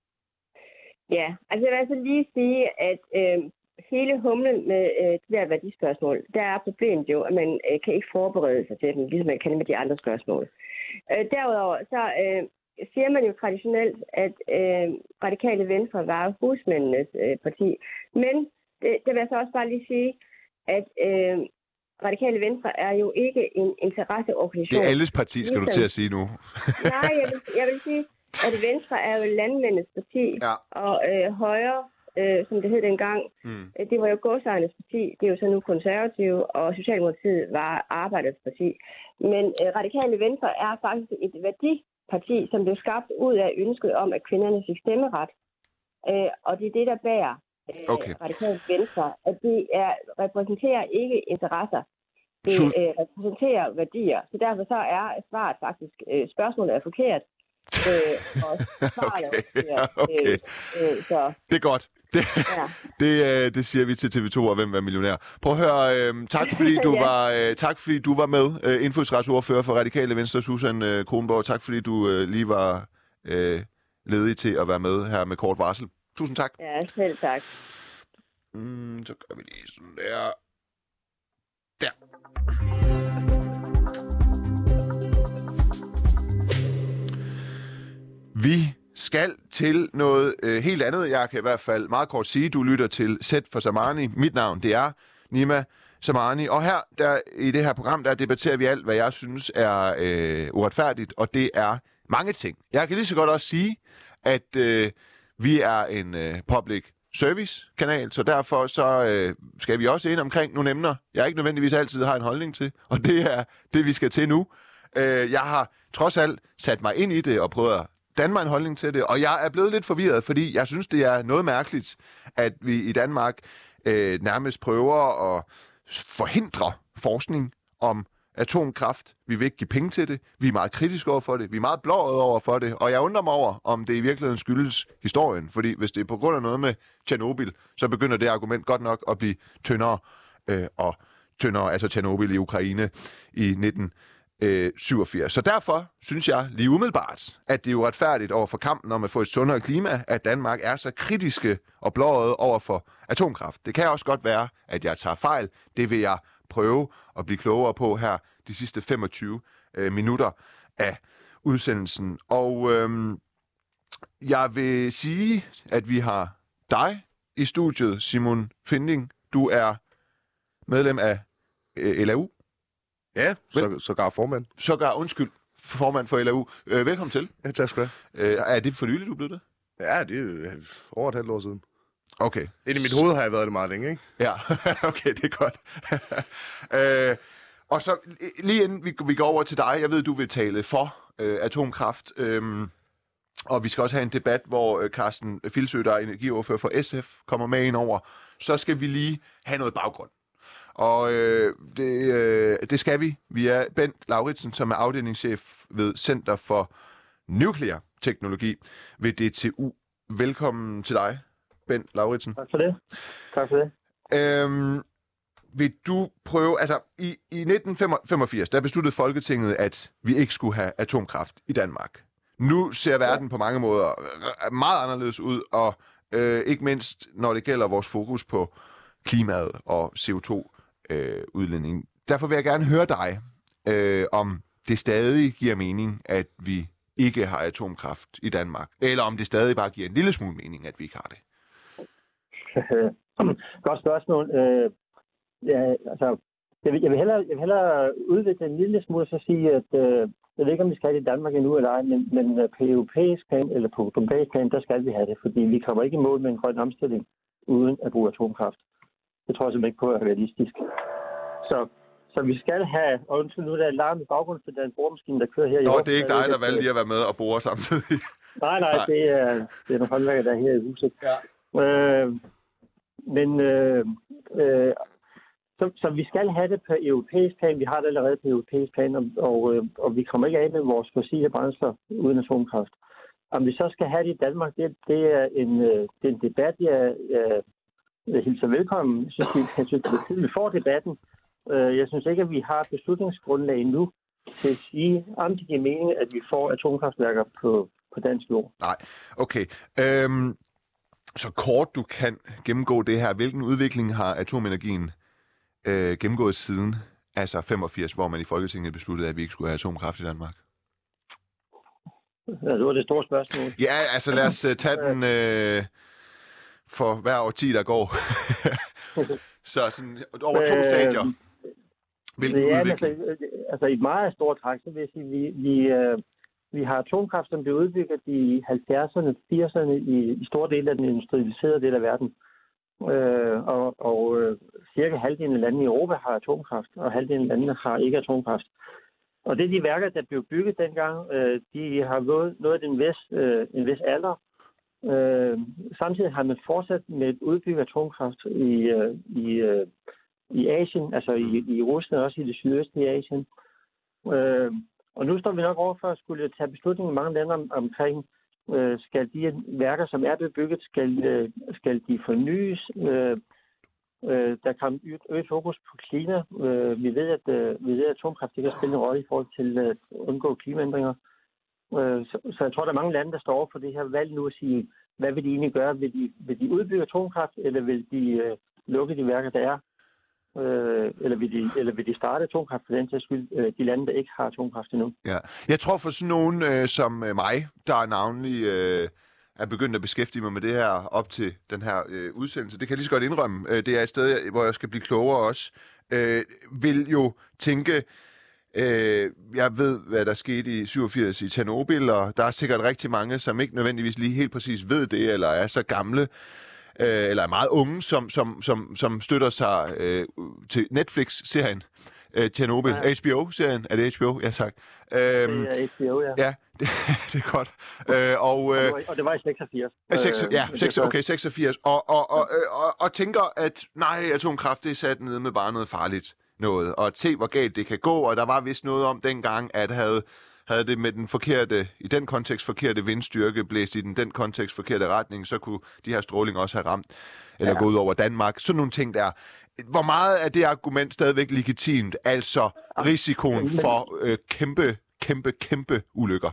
Ja, altså jeg vil altså lige sige, at øh, hele humlen med øh, det der værdispørgsmål, der er problemet jo, at man øh, kan ikke forberede sig til dem, ligesom man kan med de andre spørgsmål. Øh, derudover så øh, siger man jo traditionelt, at øh, Radikale Venstre var husmændenes øh, parti. Men det, det vil jeg så også bare lige sige, at øh, Radikale Venstre er jo ikke en interesseorganisation. Det er alles parti, skal du til at sige nu. Nej, jeg vil, jeg vil sige, at Venstre er jo landmændenes parti, ja. og øh, Højre, øh, som det hed dengang, mm. øh, det var jo godsejernes parti, det er jo så nu konservative, og Socialdemokratiet var arbejdernes parti. Men øh, Radikale Venstre er faktisk et værdiparti, som blev skabt ud af ønsket om, at kvinderne fik stemmeret. Øh, og det er det, der bærer øh, okay. Radikale Venstre, at det er, repræsenterer ikke interesser. Det øh, repræsenterer værdier. Så derfor så er svaret faktisk, øh, spørgsmålet er forkert. Øh, og svaret okay. er okay. Øh, øh, så. Det er godt. Det, ja. det, øh, det siger vi til T V to og Hvem er millionær. Prøv at høre, øh, tak, fordi du ja. var, øh, tak fordi du var med, øh, indfødsretsordfører for Radikale Venstre, Susan øh, Kronborg. Tak fordi du øh, lige var øh, ledig til at være med her med kort varsel. Tusind tak. Ja, selv tak. Mm, så gør vi lige sådan der. Der. Vi skal til noget øh, helt andet. Jeg kan i hvert fald meget kort sige, du lytter til Sæt for Samani. Mit navn, det er Nima Samani. Og her der, i det her program, der debatterer vi alt, hvad jeg synes er øh, uretfærdigt, og det er mange ting. Jeg kan lige så godt også sige, at øh, vi er en øh, public service-kanal, så derfor så øh, skal vi også ind omkring nogle emner, jeg ikke nødvendigvis altid har en holdning til, og det er det, vi skal til nu. Øh, jeg har trods alt sat mig ind i det og prøvet at danne mig en holdning til det, og jeg er blevet lidt forvirret, fordi jeg synes, det er noget mærkeligt, at vi i Danmark øh, nærmest prøver at forhindre forskning om atomkraft. Vi vil ikke give penge til det. Vi er meget kritiske over for det. Vi er meget blåede over for det. Og jeg undrer mig over, om det i virkeligheden skyldes historien. Fordi hvis det er på grund af noget med Tjernobyl, så begynder det argument godt nok at blive tyndere øh, og tyndere. Altså Tjernobyl i Ukraine i nitten syvogfirs. Så derfor synes jeg lige umiddelbart, at det er uretfærdigt over for kampen om at få et sundere klima, at Danmark er så kritiske og blåede over for atomkraft. Det kan også godt være, at jeg tager fejl. Det vil jeg prøve at blive klogere på her de sidste femogtyve øh, minutter af udsendelsen. Og øhm, jeg vil sige, at vi har dig i studiet, Simon Finding. Du er medlem af øh, L A U. Ja, så, sågar formand. Sågar, undskyld, formand for L A U. Øh, velkommen til. Ja, tak skal du have. Øh, er det for nyligt, du er blevet det? Ja, det er jo over et halvt år siden. Okay. Ind i mit hoved har jeg været det meget længe, ikke? Ja, okay, det er godt. øh, og så lige inden vi, vi går over til dig, jeg ved, du vil tale for øh, atomkraft, øh, og vi skal også have en debat, hvor øh, Carsten Filsø, der er energiordfører for S F, kommer med ind over. Så skal vi lige have noget baggrund. Og øh, det, øh, det skal vi. Vi er Bent Lauritsen, som er afdelingschef ved Center for Nuklear Teknologi ved D T U. Velkommen til dig, Bent Lauritsen. Tak for det. Tak for det. Øhm, vil du prøve, altså i, i nitten femogfirs, der besluttede Folketinget, at vi ikke skulle have atomkraft i Danmark. Nu ser verden ja. på mange måder meget anderledes ud, og øh, ikke mindst når det gælder vores fokus på klimaet og C O to udledning. Øh, Derfor vil jeg gerne høre dig, øh, om det stadig giver mening, at vi ikke har atomkraft i Danmark, eller om det stadig bare giver en lille smule mening, at vi ikke har det. Godt spørgsmål. Øh, ja, altså, jeg, vil, jeg, vil hellere, jeg vil hellere udvikle en lille smule, så sige, at øh, jeg ved ikke, om vi skal have det i Danmark endnu eller ej, men, men på europæisk plan, eller på global plan, der skal vi have det, fordi vi kommer ikke i mål med en grøn omstilling uden at bruge atomkraft. Det tror jeg simpelthen ikke på er realistisk. Så, så vi skal have, og undskyld nu, der er larm i baggrunden, for der er en boremaskine, der kører her i Nå, Aarhus. det er ikke dig, der valgte lige at være med og bore samtidig. Nej, nej, nej. Det, er, det er nogle håndværker, der er her i huset. Ja. Øh, men øh, øh, så, så vi skal have det på europæisk plan. Vi har det allerede på europæisk plan, og, og, øh, og vi kommer ikke af med vores fossile brændsler uden atomkraft. Om vi så skal have det i Danmark, det, det, er, en, øh, det er en debat, jeg, jeg, jeg hilser velkommen. Jeg synes, vi, jeg synes, det er tid, vi får debatten. Øh, jeg synes ikke, at vi har beslutningsgrundlag nu til at sige, om det giver mening, at vi får atomkraftværker på, på dansk jord. Nej, okay. Øhm, så kort du kan gennemgå det her. Hvilken udvikling har atomenergien øh, gennemgået siden, altså femogfirs, hvor man i Folketinget besluttede, at vi ikke skulle have atomkraft i Danmark? Ja, det var det store spørgsmål. Ja, altså lad os uh, tage den øh, for hver årti, der går. Så sådan over to øh, stadier. Hvilken ja, udvikling? Altså, altså i et meget stort træk, så vil jeg sige, at vi, vi, øh, vi har atomkraft, som blev udviklet i halvfjerdserne, firserne i, i store dele af den industrialiserede del af verden. Øh, og og øh, cirka halvdelen af landene i Europa har atomkraft, og halvdelen af landene har ikke atomkraft. Og det er de værker, der blev bygget dengang, øh, de har nået, nået en vis, øh, en vis alder. Øh, samtidig har man fortsat med at udbygge atomkraft i, øh, i, øh, i Asien, altså i, i Rusland og også i det sydøstlige Asien. Øh, og nu står vi nok over for at skulle tage beslutninger i mange lande om, omkring, øh, skal de værker, som er blevet bygget, skal, øh, skal de fornyes? Øh, øh, der kan øget fokus på klima. Øh, vi ved, at, øh, vi ved, at atomkraft ikke kan spille en rolle i forhold til at undgå klimaændringer. Øh, så, så jeg tror, der er mange lande, der står over for det her valg nu at sige, hvad vil de egentlig gøre? Vil de, vil de udbygge atomkraft, eller vil de øh, lukke de værker, der er? Øh, eller, vil de, eller vil de starte atomkraft for den til skyld, øh, de lande, der ikke har atomkraft endnu? Ja. Jeg tror for sådan nogen øh, som øh, mig, der er navnlig øh, er begyndt at beskæftige mig med det her op til den her øh, udsendelse, det kan jeg lige så godt indrømme, øh, det er et sted, hvor jeg skal blive klogere også, øh, vil jo tænke, øh, jeg ved, hvad der skete i syvogfirs i Tjernobyl, og der er sikkert rigtig mange, som ikke nødvendigvis lige helt præcis ved det, eller er så gamle, Øh, eller er meget unge, som, som, som, som støtter sig øh, til Netflix-serien øh, Tjernobyl. Ja. H B O-serien. Er det H B O? Ja, tak. Øhm, det er H B O, ja. Ja, det, det er godt. Øh, og, øh, og det var i seksogfirs. Øh, seks, ja, seks, okay, seksogfirs. Og, og, og, og, og tænker, at nej, atomkraft, det er sat ned med bare noget farligt noget. Og at se, hvor galt det kan gå. Og der var vist noget om dengang, at havde... havde det med den forkerte, i den kontekst forkerte vindstyrke, blæst i den, den kontekst forkerte retning, så kunne de her stråling også have ramt, eller ja. gået ud over Danmark. Sådan nogle ting der. Hvor meget er det argument stadigvæk legitimt? Altså risikoen for øh, kæmpe, kæmpe, kæmpe ulykker?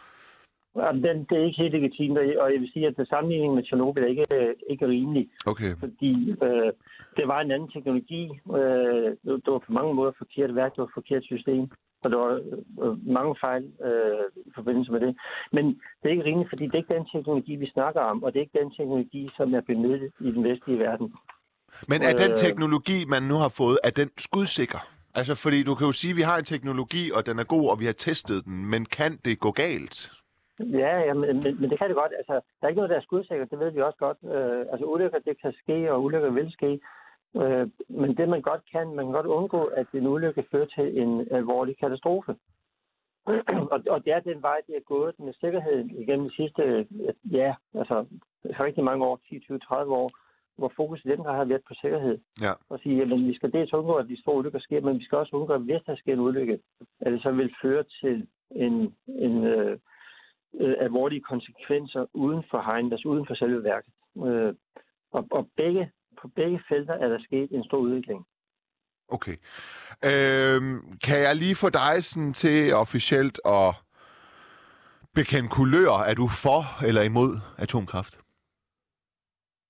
Den, det er ikke helt legitimt, og jeg vil sige, at sammenligningen med Tjernobyl er ikke, ikke rimelig. Okay. Fordi øh, det var en anden teknologi. Øh, det var på mange måder forkert værk, det var et forkert system. Og der var øh, mange fejl øh, i forbindelse med det. Men det er ikke rimeligt, fordi det er ikke den teknologi, vi snakker om, og det er ikke den teknologi, som er benyttet i den vestlige verden. Men er den teknologi, man nu har fået, er den skudsikker? Altså, fordi du kan jo sige, at vi har en teknologi, og den er god, og vi har testet den, men kan det gå galt? Ja, ja men, men, men det kan det godt. Altså, der er ikke noget, der er skudsikkert, det ved vi også godt. Øh, altså, ulykker, det kan ske, og ulykker vil ske. Øh, men det man godt kan, man kan godt undgå, at en ulykke fører til en alvorlig katastrofe. og, og det er den vej, det er gået med sikkerhed igennem de sidste, ja, altså rigtig mange år, ti, tyve, tredive år, hvor fokus i den grad har været på sikkerhed. Ja. Og sige, at vi skal dels undgå, at de store ulykker sker, men vi skal også undgå, at hvis der sker en ulykke, at det så vil føre til en, en øh, øh, alvorlige konsekvenser uden for hegnet, altså uden for selve værket. Øh, og, og begge På begge felter er der sket en stor udvikling. Okay. Øhm, kan jeg lige få dig sådan til officielt at bekende kulør? Er du for eller imod atomkraft?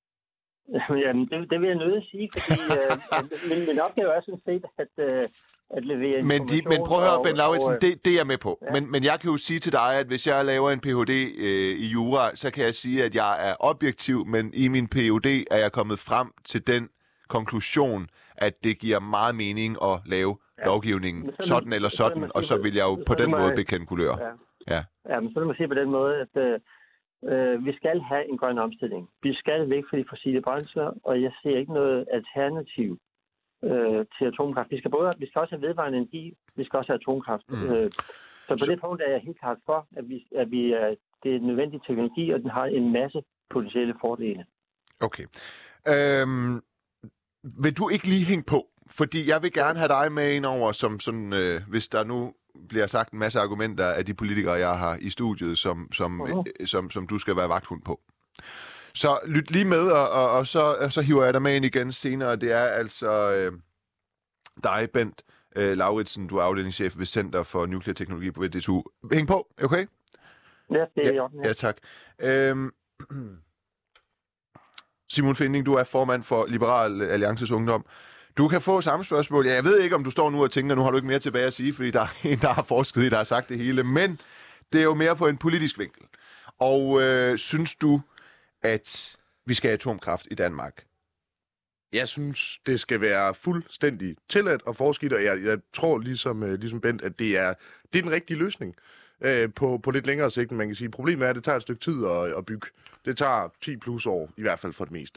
Jamen, det, det vil jeg nødt at sige, fordi øh, min, min opgave er sådan set at, øh, at levere Men, de, men prøv at høre, Ben Lauritsen, og, det, det er jeg med på. Ja. Men, men jeg kan jo sige til dig, at hvis jeg laver en P H D øh, i jura, så kan jeg sige, at jeg er objektiv, men i min P H D er jeg kommet frem til den konklusion, at det giver meget mening at lave ja. lovgivningen så, sådan eller sådan, så og så vil jeg jo på den måde bekende kulør. Ja. Ja. ja, men så vil man sige på den måde, at øh, vi skal have en grøn omstilling. Vi skal væk fra de fossile brændsler, og jeg ser ikke noget alternativ øh, til atomkraft. Vi skal, både, vi skal også have vedvarende energi, vi skal også have atomkraft. Mm. Øh, så på så... det punkt er jeg helt klart for, at, vi, at vi, øh, det er en nødvendig teknologi, og den har en masse potentielle fordele. Okay. Øhm, vil du ikke lige hænge på? Fordi jeg vil gerne have dig med ind over, som sådan, øh, hvis der nu bliver sagt en masse argumenter af de politikere, jeg har i studiet, som, som, uh-huh. øh, som, som du skal være vagthund på. Så lyt lige med, og, og, og, så, og så hiver jeg dig med ind igen senere. Det er altså øh, dig, Bent øh, Lauritsen, du er afdelingschef ved Center for Nuklear Teknologi på V D T U. Hæng på, okay? Ja, det er i orden. Ja, ja tak. Øhm, Simon Finding, du er formand for Liberal Alliances Ungdom. Du kan få samme spørgsmål. Ja, jeg ved ikke, om du står nu og tænker, nu har du ikke mere tilbage at sige, fordi der er en, der har forsket i, der har sagt det hele. Men det er jo mere på en politisk vinkel. Og øh, synes du, at vi skal have atomkraft i Danmark? Jeg synes, det skal være fuldstændig tilladt og forskidt, og jeg, jeg tror ligesom, øh, ligesom Bent, at det er, det er den rigtige løsning øh, på, på lidt længere sigt, man kan sige. Problemet er, at det tager et stykke tid at, at bygge. Det tager ti plus år, i hvert fald for det meste.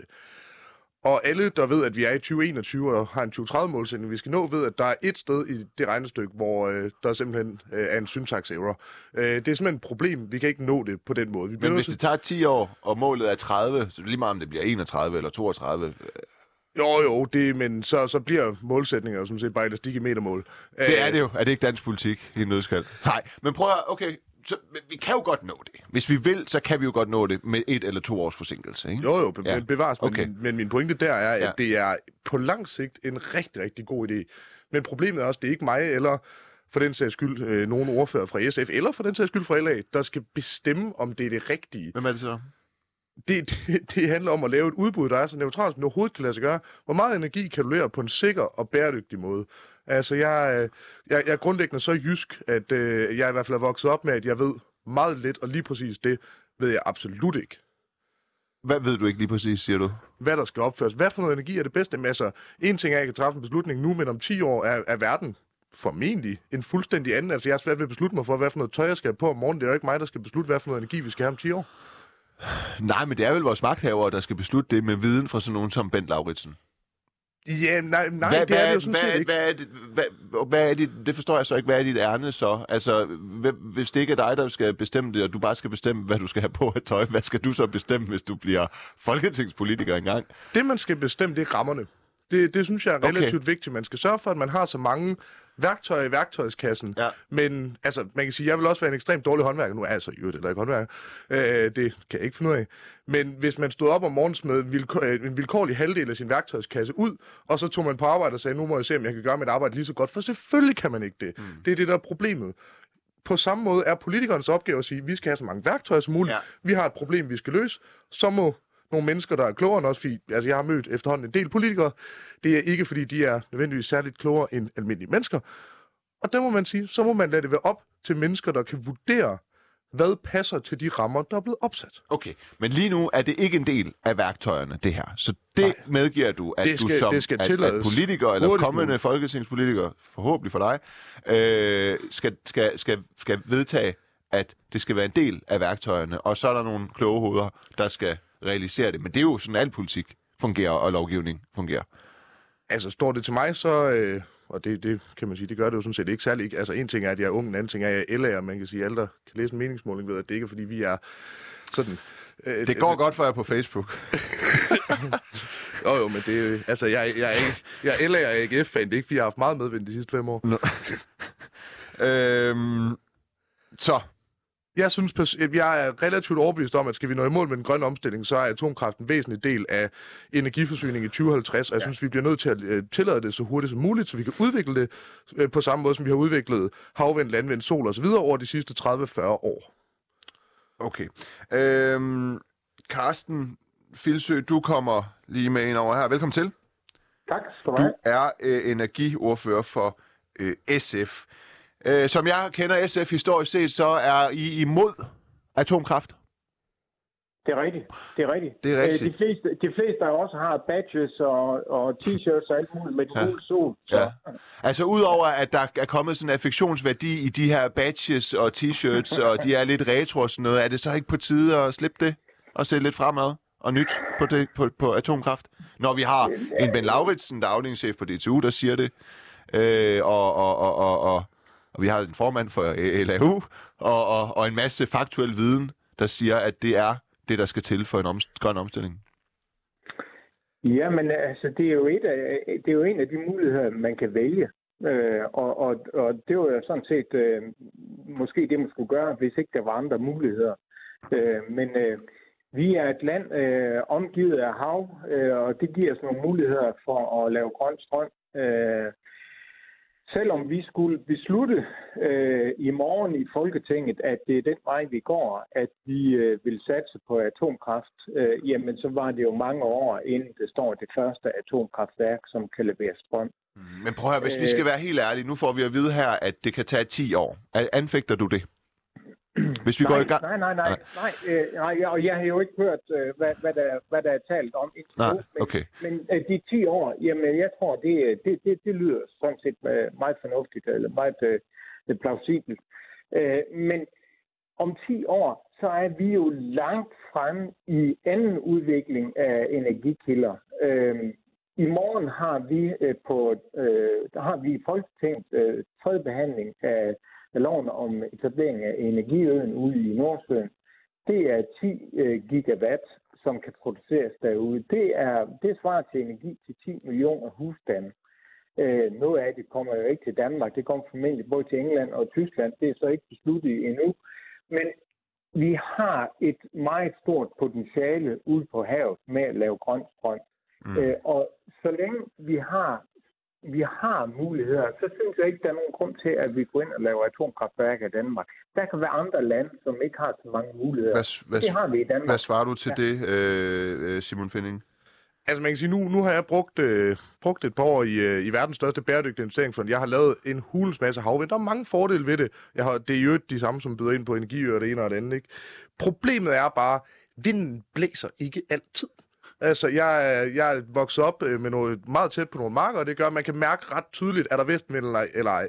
Og alle, der ved, at vi er i tyve enogtyve og har en tyve tredive målsætning, vi skal nå, ved, at der er et sted i det regnestykke, hvor øh, der simpelthen øh, er en syntax error. Øh, det er simpelthen et problem. Vi kan ikke nå det på den måde. Vi Men hvis det tager ti år, og målet er tredive, så lige meget om det bliver enogtredive eller toogtredive... Jo, jo, det, men så, så bliver målsætninger jo sådan set bare elastik i metermål. Det er det jo. Er det ikke dansk politik i en nødskald? Nej, men prøv at... Okay, så, vi kan jo godt nå det. Hvis vi vil, så kan vi jo godt nå det med et eller to års forsinkelse, ikke? Jo, jo, be- ja. bevares. Men, okay. men min pointe der er, at ja. det er på lang sigt en rigtig, rigtig god idé. Men problemet er også, det er ikke mig eller for den sags skyld øh, nogen ordfører fra S F, eller for den sags skyld fra L A, der skal bestemme, om det er det rigtige. Hvem er det så? Det, det, det handler om at lave et udbud, der er så neutralt, som det overhovedet kan lade sig gøre. Hvor meget energi kan du levere på en sikker og bæredygtig måde? Altså, jeg, jeg, jeg er grundlæggende så jysk, at øh, jeg i hvert fald er vokset op med, at jeg ved meget lidt, og lige præcis det ved jeg absolut ikke. Hvad ved du ikke lige præcis, siger du? Hvad der skal opføres. Hvad for noget energi er det bedste? Men altså, en ting er, at jeg kan træffe en beslutning nu, men om ti år er, er verden formentlig en fuldstændig anden. Altså, jeg er svært ved at beslutte mig for, hvad for noget tøj jeg skal have på om morgenen. Det er jo ikke mig, der skal beslutte, hvad for noget energi vi skal have om ti år. Nej, men det er vel vores magthavere, der skal beslutte det med viden fra sådan nogen som Bent Lauritsen. Ja, nej, nej hvad, det er hvad, det jo sådan hvad, set ikke. Hvad er det, hvad, hvad er dit, det forstår jeg så ikke. Hvad er dit ærne så? Altså, hvis det ikke er dig, der skal bestemme det, og du bare skal bestemme, hvad du skal have på af tøj, hvad skal du så bestemme, hvis du bliver folketingspolitiker engang? Det, man skal bestemme, det er rammerne. Det, det synes jeg er relativt okay. vigtigt. Man skal sørge for, at man har så mange værktøjer i værktøjskassen. Ja. Men altså, man kan sige, jeg vil også være en ekstremt dårlig håndværker. Nu er jeg så jo det eller ikke håndværker. Øh, det kan jeg ikke finde ud af. Men hvis man stod op om morgenen med en, vilkår, en vilkårlig halvdel af sin værktøjskasse ud, og så tog man på arbejde og sagde, nu må jeg se, om jeg kan gøre mit arbejde lige så godt. For selvfølgelig kan man ikke det. Mm. Det er det, der er problemet. På samme måde er politikernes opgave at sige, at vi skal have så mange værktøjer som muligt. Ja. Vi har et problem, vi skal løse. Så må nogle mennesker, der er klogere end os, fordi altså, jeg har mødt efterhånden en del politikere. Det er ikke, fordi de er nødvendigvis særligt klogere end almindelige mennesker. Og der må man sige, så må man lade det være op til mennesker, der kan vurdere, hvad passer til de rammer, der er blevet opsat. Okay, men lige nu er det ikke en del af værktøjerne, det her. Så det Nej. medgiver du, at det skal, du som det skal at, at politiker, eller kommende nu. folketingspolitiker, forhåbentlig for dig, øh, skal, skal, skal, skal vedtage, at det skal være en del af værktøjerne, og så er der nogle kloge hoveder, der skal realisere det. Men det er jo sådan, al politik fungerer, og lovgivning fungerer. Altså, står det til mig, så... Øh, og det, det kan man sige, det gør det jo sådan set ikke særlig. Altså, en ting er, at jeg er ung, en anden ting er, at jeg er L A'er. Man kan sige, at alle, der kan læse en meningsmåling, ved, at det ikke er, fordi vi er sådan... Øh, det går øh, godt for jer på Facebook. Jo, jo, men det altså, jeg, jeg, er ikke, jeg er L A'er og A G F-fan. Det er ikke, fordi jeg har haft meget medvind de sidste fem år. No. øhm, så... Jeg synes, jeg er relativt overbevist om, at skal vi nå i mål med den grønne omstilling, så er atomkraft en væsentlig del af energiforsyningen i tyve halvtreds, og jeg ja. synes, vi bliver nødt til at tillade det så hurtigt som muligt, så vi kan udvikle det på samme måde, som vi har udviklet havvind, landvind, sol og så videre over de sidste tredive til fyrre år. Okay. Øhm, Carsten Filsø, du kommer lige med ind over her. Velkommen til. Tak skal du have. Du er øh, energiordfører for øh, S F. Øh, som jeg kender S F historisk set, så er I imod atomkraft. Det er rigtigt. Det er rigtigt. Det er rigtigt. Øh, de, fleste, de fleste der også har badges og, og t-shirts og alt muligt med den Ja. gule sol. Så. Ja. Altså udover at der er kommet sådan en affektionsværdi i de her badges og t-shirts, og de er lidt retro og sådan noget, er det så ikke på tide at slippe det og se lidt fremad og nyt på, det, på, på atomkraft? Når vi har en Ben Lauritsen, der er afdelingschef på D T U, der siger det, øh, og, og, og, og, og, og vi har en formand for L A U, og, og, og en masse faktuel viden, der siger, at det er det, der skal til for en omst- grøn omstilling. Ja, men altså, det er jo, et af, det er jo en af de muligheder, man kan vælge. Øh, og, og, og det var jo sådan set øh, måske det, man skulle gøre, hvis ikke der var andre muligheder. Øh, men øh, vi er et land øh, omgivet af hav, øh, og det giver os nogle muligheder for at lave grøn strøm. Øh, Selvom vi skulle beslutte øh, i morgen i Folketinget, at det er den vej, vi går, at vi øh, vil satse på atomkraft, øh, jamen så var det jo mange år, inden det står det første atomkraftværk, som kan levere strøm. Men prøv at høre, hvis vi skal være helt ærlige, nu får vi at vide her, at det kan tage ti år. Anfægter du det? Hvis vi nej, går i gang... Nej, nej, nej. nej, øh, nej og jeg har jo ikke hørt, øh, hvad, hvad, der, hvad der er talt om indtil Nej, nu. Men, okay. men øh, de ti år, jamen jeg tror, det, det, det, det lyder sådan set øh, meget fornuftigt, eller meget øh, plausibelt. Øh, men om ti år, så er vi jo langt fremme i anden udvikling af energikilder. Øh, I morgen har vi øh, på øh, der har vi i Folketinget øh, tredje behandling af loven om etablering af energiøen ude i Nordsøen. Det er ti øh, gigawatt, som kan produceres derude. Det er det svarer til energi til ti millioner husstande. Øh, noget af det kommer jo ikke til Danmark. Det kommer formentlig både til England og Tyskland. Det er så ikke besluttet endnu. Men vi har et meget stort potentiale ude på havet med at lave grøn strøm. Mm. Øh, og så længe vi har vi har muligheder, så synes jeg ikke, der er nogen grund til, at vi går ind og laver atomkraftværker i Danmark. Der kan være andre lande, som ikke har så mange muligheder. Hvad, hvad, det har vi i Danmark. Hvad svarer du til ja. det, øh, Simon Finding? Altså man kan sige, nu, nu har jeg brugt, øh, brugt et par år i, øh, i verdens største bæredygtige investeringsfond. Jeg har lavet en hulens masse havvind. Der er mange fordele ved det. Jeg har, det er jo de samme, som byder ind på energiøer, det ene og det andet. Ikke? Problemet er bare, vinden blæser ikke altid. Altså, jeg, jeg er vokset op med noget meget tæt på nogle marker, og det gør, at man kan mærke ret tydeligt, er der vestenvind eller ej.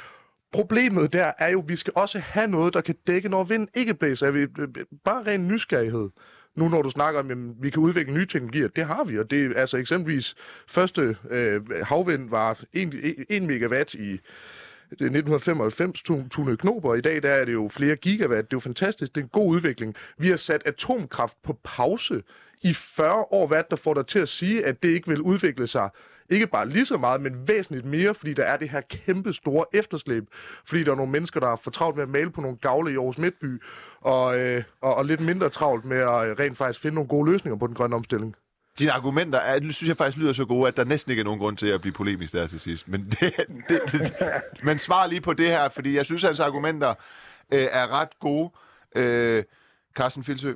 Problemet der er jo, at vi skal også have noget, der kan dække, når vinden ikke blæser. Jeg vil, bare ren nysgerrighed. Nu når du snakker om, at vi kan udvikle nye teknologier, det har vi, og det er altså eksempelvis første øh, havvind var en megawatt i nitten femoghalvfems Tune Knober. I dag der er det jo flere gigawatt. Det er jo fantastisk. Det er en god udvikling. Vi har sat atomkraft på pause i fyrre år. Hvad der får dig til at sige, at det ikke vil udvikle sig ikke bare lige så meget, men væsentligt mere, fordi der er det her kæmpe store efterslæb. Fordi der er nogle mennesker, der har for travlt med at male på nogle gavle i Aarhus Midtby, og, øh, og, og lidt mindre travlt med at rent faktisk finde nogle gode løsninger på den grønne omstilling. Dine argumenter er, synes jeg faktisk lyder så gode, at der næsten ikke er nogen grund til at blive polemisk der til sidst. Men det, det, det, man svarer lige på det her, fordi jeg synes, at hans argumenter øh, er ret gode. Øh, Carsten Filsø?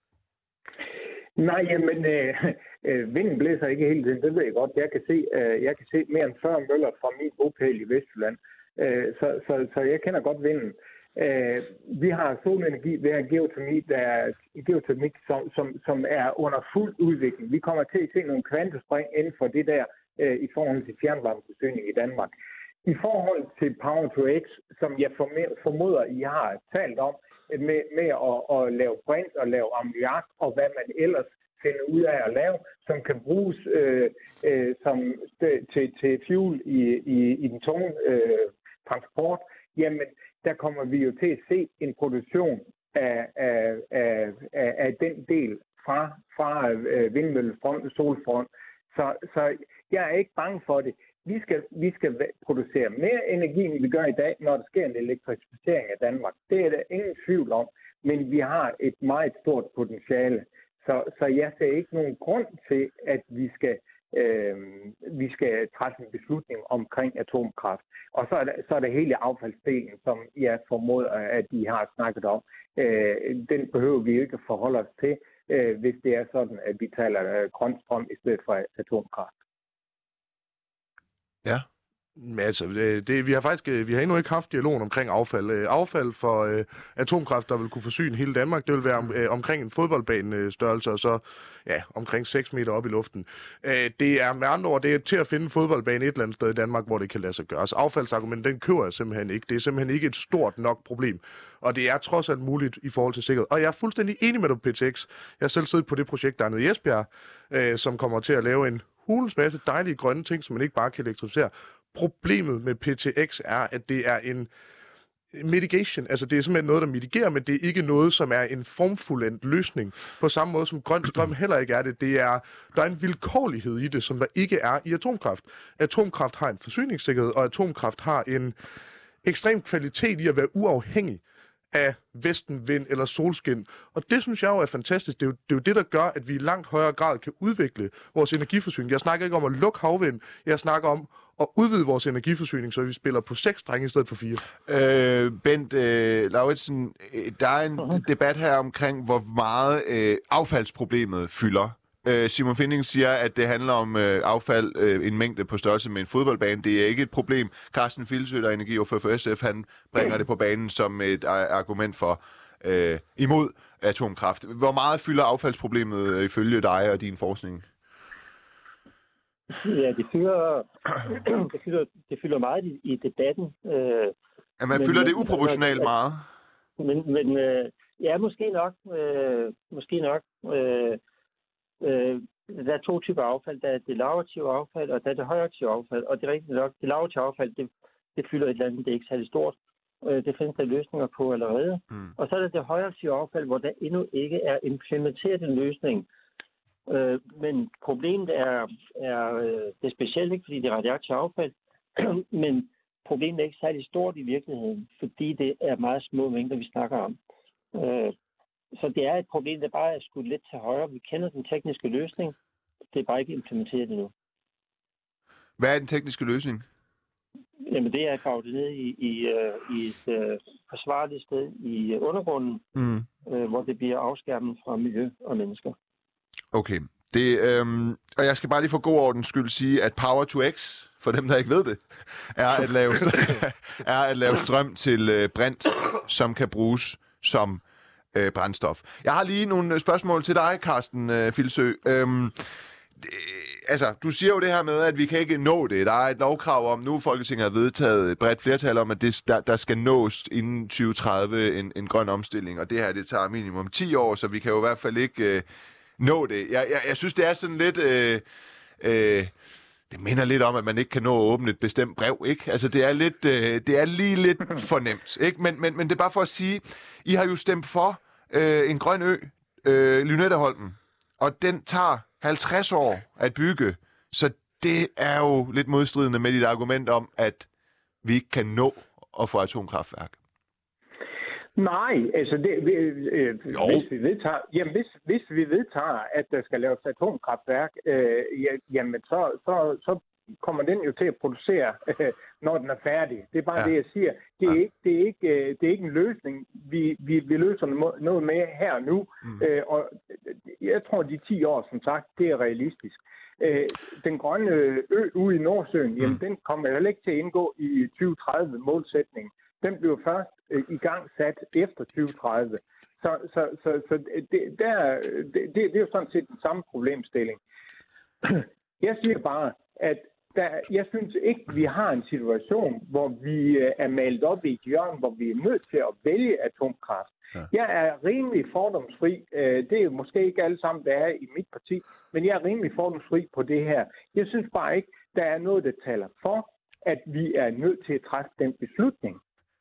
Nej, jamen, øh, øh, vinden blæser ikke hele tiden, det ved jeg godt. Jeg kan se, øh, jeg kan se mere end fyrre møller fra min bopæl i Vestjylland, øh, så, så, så jeg kender godt vinden. Øh, vi har solenergi, vi har geotermi, der er geotermi, som, som, som er under fuld udvikling. Vi kommer til at se nogle kvantespring inden for det der øh, i forhold til fjernvarmeforsyning i Danmark. I forhold til Power to X, som jeg formoder, I har talt om, med, med at, at lave brint og lave ammoniak og hvad man ellers finder ud af at lave, som kan bruges øh, øh, som, til, til fuel i, i, i den tunge øh, transport, jamen der kommer vi jo til at se en produktion af, af, af, af, af den del fra, fra øh, vindmøllefront og solfront. Så, så jeg er ikke bange for det. Vi skal, vi skal producere mere energi, end vi gør i dag, når der sker en elektrificering af Danmark. Det er der ingen tvivl om, men vi har et meget stort potentiale. Så, så jeg ser ikke nogen grund til, at vi skal, øh, vi skal træffe en beslutning omkring atomkraft. Og så er der, så er der hele affaldsdelen, som jeg formoder, at de har snakket om. Øh, den behøver vi ikke at forholde os til, øh, hvis det er sådan, at vi taler øh, grøn strøm i stedet for atomkraft. Ja. Men altså, det, vi har faktisk vi har endnu ikke haft dialogen omkring affald. Affald for øh, atomkraft, der vil kunne forsyne hele Danmark, det vil være om, øh, omkring en fodboldbanestørrelse, og så ja, omkring seks meter op i luften. Øh, det er med andre ord, det er til at finde en fodboldbane et eller andet sted i Danmark, hvor det kan lade sig gøre. Så affaldsargument, den køber jeg simpelthen ikke. Det er simpelthen ikke et stort nok problem. Og det er trods alt muligt i forhold til sikkerhed. Og jeg er fuldstændig enig med dig, P T X. Jeg har selv siddet på det projekt, der er nede i Esbjerg, øh, som kommer til at lave en hulens masse dejlige grønne ting, som man ikke bare kan elektrificere. Problemet med P T X er, at det er en mitigation. Altså det er simpelthen noget, der mitigerer, men det er ikke noget, som er en formfuldendt løsning. På samme måde som grøn strøm heller ikke er det. Det er, der er en vilkårlighed i det, som der ikke er i atomkraft. Atomkraft har en forsyningssikkerhed, og atomkraft har en ekstrem kvalitet i at være uafhængig af vestenvind eller solskin. Og det synes jeg jo er fantastisk. Det er jo, det er jo det, der gør, at vi i langt højere grad kan udvikle vores energiforsyning. Jeg snakker ikke om at lukke havvind. Jeg snakker om at udvide vores energiforsyning, så vi spiller på seks strenge i stedet for fire. Øh, Bent øh, Lauritsen, der er en uh-huh. debat her omkring, hvor meget øh, affaldsproblemet fylder. Øh, Simon Finding siger, at det handler om øh, affald, øh, en mængde på størrelse med en fodboldbane. Det er ikke et problem. Carsten Filsø, der er energiordfører for S F, han bringer det på banen som et øh, argument for øh, imod atomkraft. Hvor meget fylder affaldsproblemet øh, ifølge dig og din forskning? Ja, det fylder, det fylder, det fylder meget i, i debatten. Øh, ja, man fylder det uproportionalt meget? Men, men øh, ja, måske nok. Øh, måske nok. Øh, øh, der er to typer affald. Der er det lavaktive affald, og der er det højaktive affald. Og det er rigtigt nok. Det lavaktive affald, det, det fylder et eller andet, det er ikke særlig stort. Øh, det findes der løsninger på allerede. Mm. Og så er der det højaktive affald, hvor der endnu ikke er implementeret en løsning. Øh, men problemet er, er øh, det er specielt ikke, fordi det er radioaktivt affald, men problemet er ikke særlig stort i virkeligheden, fordi det er meget små mængder, vi snakker om. Øh, så det er et problem, der bare er skudt lidt til højre. Vi kender den tekniske løsning, det er bare ikke implementeret endnu. Hvad er den tekniske løsning? Jamen det er at grave det ned i, i, i et uh, forsvarligt sted i undergrunden, mm. uh, hvor det bliver afskærmet fra miljø og mennesker. Okay. Det, øhm, og jeg skal bare lige for god ordens skyld sige, at Power to X, for dem, der ikke ved det, er at lave, er at lave strøm til øh, brint, som kan bruges som øh, brændstof. Jeg har lige nogle spørgsmål til dig, Carsten øh, Filsø. Øhm, det, altså, du siger jo det her med, at vi kan ikke nå det. Der er et lovkrav om, nu Folketinget har vedtaget et bredt flertal om, at det, der, der skal nås inden tyve tredive en, en grøn omstilling, og det her, det tager minimum ti år, så vi kan jo i hvert fald ikke... Øh, nå det. Jeg, jeg, jeg synes, det er sådan lidt... Øh, øh, det minder lidt om, at man ikke kan nå at åbne et bestemt brev, ikke? Altså, det er, lidt, øh, det er lige lidt for nemt, ikke? Men, men, men det er bare for at sige, I har jo stemt for øh, en grøn ø, øh, Lynetteholmen, og den tager halvtreds år at bygge, så det er jo lidt modstridende med dit argument om, at vi ikke kan nå at få atomkraftværk. Nej, altså det, øh, hvis vi vedtager, jamen hvis, hvis vi vedtager, at der skal laves atomkraftværk, øh, jamen så, så, så kommer den jo til at producere, øh, når den er færdig. Det er bare ja. det, jeg siger. Det er, ja. ikke, det, er ikke, det er ikke en løsning, vi, vi, vi løser noget med her og nu. Mm. Øh, og jeg tror, de ti år, som sagt, det er realistisk. Øh, den grønne ø ude i Nordsøen, mm. jamen den kommer heller ikke til at indgå i tyve tredive målsætning. Den blev først øh, i gang sat efter tyve tredive. Så, så, så, så det, der, det, det er jo sådan set den samme problemstilling. Jeg siger bare, at der, jeg synes ikke, vi har en situation, hvor vi øh, er malet op i et hjørne, hvor vi er nødt til at vælge atomkraft. Ja. Jeg er rimelig fordomsfri. Øh, det er jo måske ikke alle sammen, der er i mit parti, men jeg er rimelig fordomsfri på det her. Jeg synes bare ikke, der er noget, der taler for, at vi er nødt til at træffe den beslutning.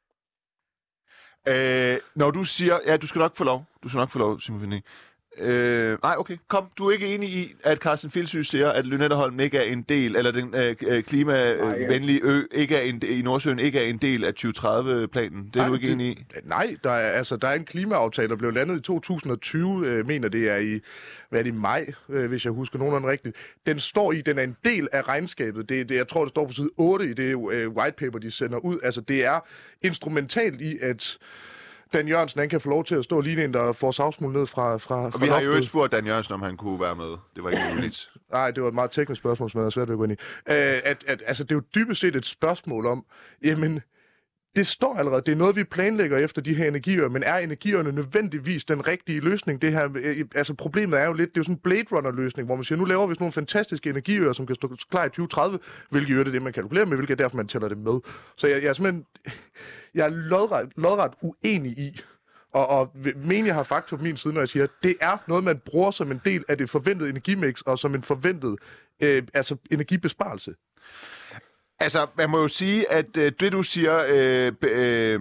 Øh, når du siger... Ja, du skal nok få lov. Du skal nok få lov, Simon Finding. Øh, nej, okay. Kom. Du er ikke enig i, at Carsten Filsø siger, at Lynetteholmen ikke er en del, eller den øh, klimavenlige ø ikke er en, i Nordsøen ikke er en del af tyve tredive-planen. Det er nej, du ikke det, enig i? Nej, der er, altså, der er en klimaaftale, der blev landet i to tusind og tyve, øh, mener det er i, hvad er det, i maj, øh, hvis jeg husker nogenlunde rigtigt. Den står i, den er en del af regnskabet. Det, det, jeg tror, det står på side otte i det øh, white paper, de sender ud. Altså, det er instrumentalt i, at Dan Jørgensen, han kan få lov til at stå lige en, der får savsmuld ned fra, fra, Og fra vi har jo loftet. ikke spurgt Dan Jørgensen, om han kunne være med. Det var ikke muligt. Nej, det var et meget teknisk spørgsmål, som jeg er svært ved at gå ind i. Øh, at, at, altså, det er jo dybest set et spørgsmål om, jamen, det står allerede, det er noget, vi planlægger efter de her energiøer, men er energiøerne nødvendigvis den rigtige løsning? Det her, øh, altså problemet er jo lidt, det er jo sådan en Blade Runner-løsning, hvor man siger, nu laver vi sådan nogle fantastiske energiøer, som kan stå klar i tyve tredive, hvilke øer det er det, man kalkulerer med, hvilket er derfor, man tæller det med. Så jeg, jeg er simpelthen, jeg er lodret, lodret uenig i, og, og mener, jeg har fakta på min side, når jeg siger, at det er noget, man bruger som en del af det forventede energimix, og som en forventet øh, altså energibesparelse. Altså, man må jo sige, at øh, det, du siger, øh, øh,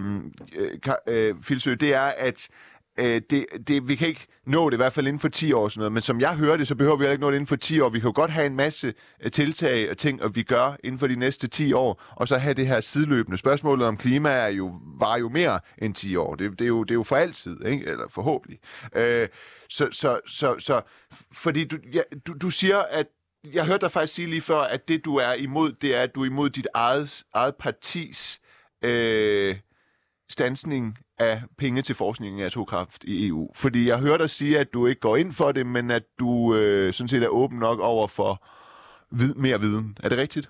øh, Filsø, det er, at øh, det, det, vi kan ikke nå det, i hvert fald inden for ti år. Sådan noget. Men som jeg hører det, så behøver vi heller ikke nå det inden for ti år. Vi kan jo godt have en masse tiltag og ting, og vi gør inden for de næste ti år, og så have det her sideløbende. Spørgsmålet om klima er jo, var jo mere end ti år. Det, det, er, jo, det er jo for altid, ikke? Eller forhåbentlig. Øh, så, så, så, så, fordi du, ja, du, du siger, at jeg hørte dig faktisk sige lige før, at det, du er imod, det er, at du er imod dit eget, eget partis øh, standsning af penge til forskning af atomkraft i E U. Fordi jeg hørte dig sige, at du ikke går ind for det, men at du øh, sådan set er åben nok over for vid- mere viden. Er det rigtigt?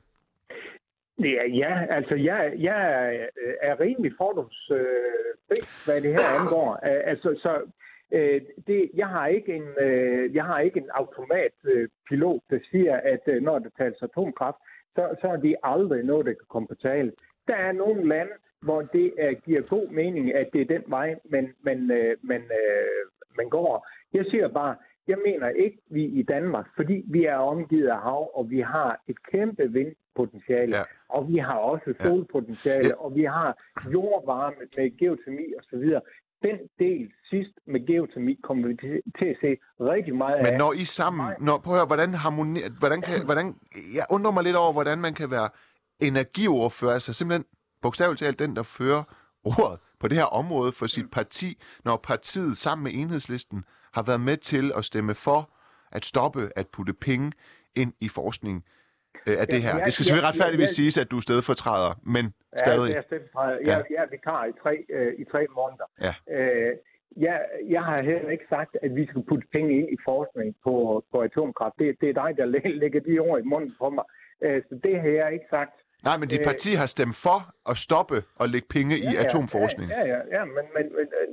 Ja, ja, altså jeg, jeg er rimelig fordomsfri, øh, hvad det her angår. Altså, så øh, det, jeg har ikke en, øh, jeg har ikke en automatpilot, der siger, at øh, når der tales atomkraft, så, så er det aldrig noget, der kan komme på tale. Der er nogle lande, hvor det øh, giver god mening, at det er den vej, man, man, øh, man, øh, man går. Jeg siger bare, jeg mener ikke, vi i Danmark, fordi vi er omgivet af hav, og vi har et kæmpe vindpotentiale, ja. Og vi har også solpotentiale, ja. Og vi har jordvarme med geotermi osv. Den del sidst med geotermi kommer vi til, til at se rigtig meget af. Men når I sammen, når, prøv at høre, hvordan harmonerer, hvordan kan, hvordan, jeg undrer mig lidt over, hvordan man kan være energiordfører, altså simpelthen bogstaveligt talt den, der fører ordet på det her område for sit parti, når partiet sammen med Enhedslisten har været med til at stemme for at stoppe at putte penge ind i forskning øh, af det her. Ja, det skal selvfølgelig ja, retfærdigvis ja, ja, siges, at du er stedfortræder, men ja, stadig. Ja, stedfortræder. Ja. Jeg er vikar i tre, øh, i tre måneder. Ja. Øh, jeg, jeg har heller ikke sagt, at vi skal putte penge ind i forskning på, på atomkraft. Det, det er dig, der lægger de ord i munden på mig. Øh, så det har jeg ikke sagt. Nej, men dit parti har stemt for at stoppe og lægge penge ja, i atomforskning. Ja, ja, ja, men, men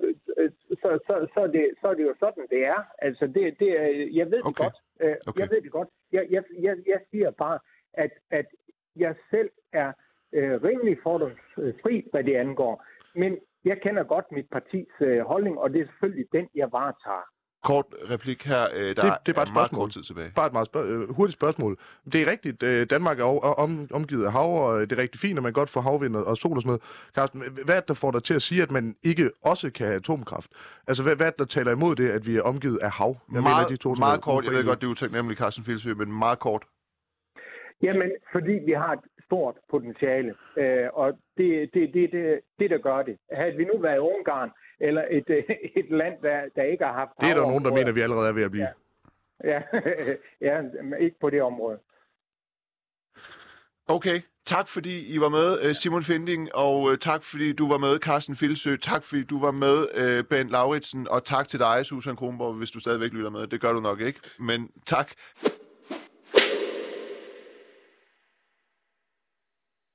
så, så, så, er det, så er det jo sådan, det er. Altså, det, det er, jeg ved det okay. godt. Okay. Jeg ved det godt. Jeg, jeg, jeg, jeg siger bare, at, at jeg selv er øh, rimelig fordomsfri, hvad det angår. Men jeg kender godt mit partis øh, holdning, og det er selvfølgelig den, jeg varetager. Kort replik her. Der det, det er bare et meget kort tid tilbage. Bare et meget spørg- hurtigt spørgsmål. Det er rigtigt. Danmark er om, omgivet af hav, og det er rigtig fint, at man godt får havvind og sol og sådan noget. Carsten, hvad er det, der får dig til at sige, at man ikke også kan have atomkraft? Altså, hvad, hvad er det, der taler imod det, at vi er omgivet af hav? Jeg meget mener, de to, meget kort. Jeg ved godt, det er utaknemmeligt, Carsten Filsø, men meget kort. Jamen, fordi vi har et stort potentiale, øh, og det er det, det, det, det, der gør det. Havde vi nu været i Ungarn, eller et, et land, der, der ikke har haft... Det er der nogen, der mener, vi allerede er ved at blive. Ja, ja, ja ikke på det område. Okay, tak fordi I var med, Simon Finding, og tak fordi du var med, Carsten Filsø. Tak fordi du var med, Bent Lauritsen, og tak til dig, Susan Kronborg, hvis du stadigvæk lytter med. Det gør du nok ikke, men tak.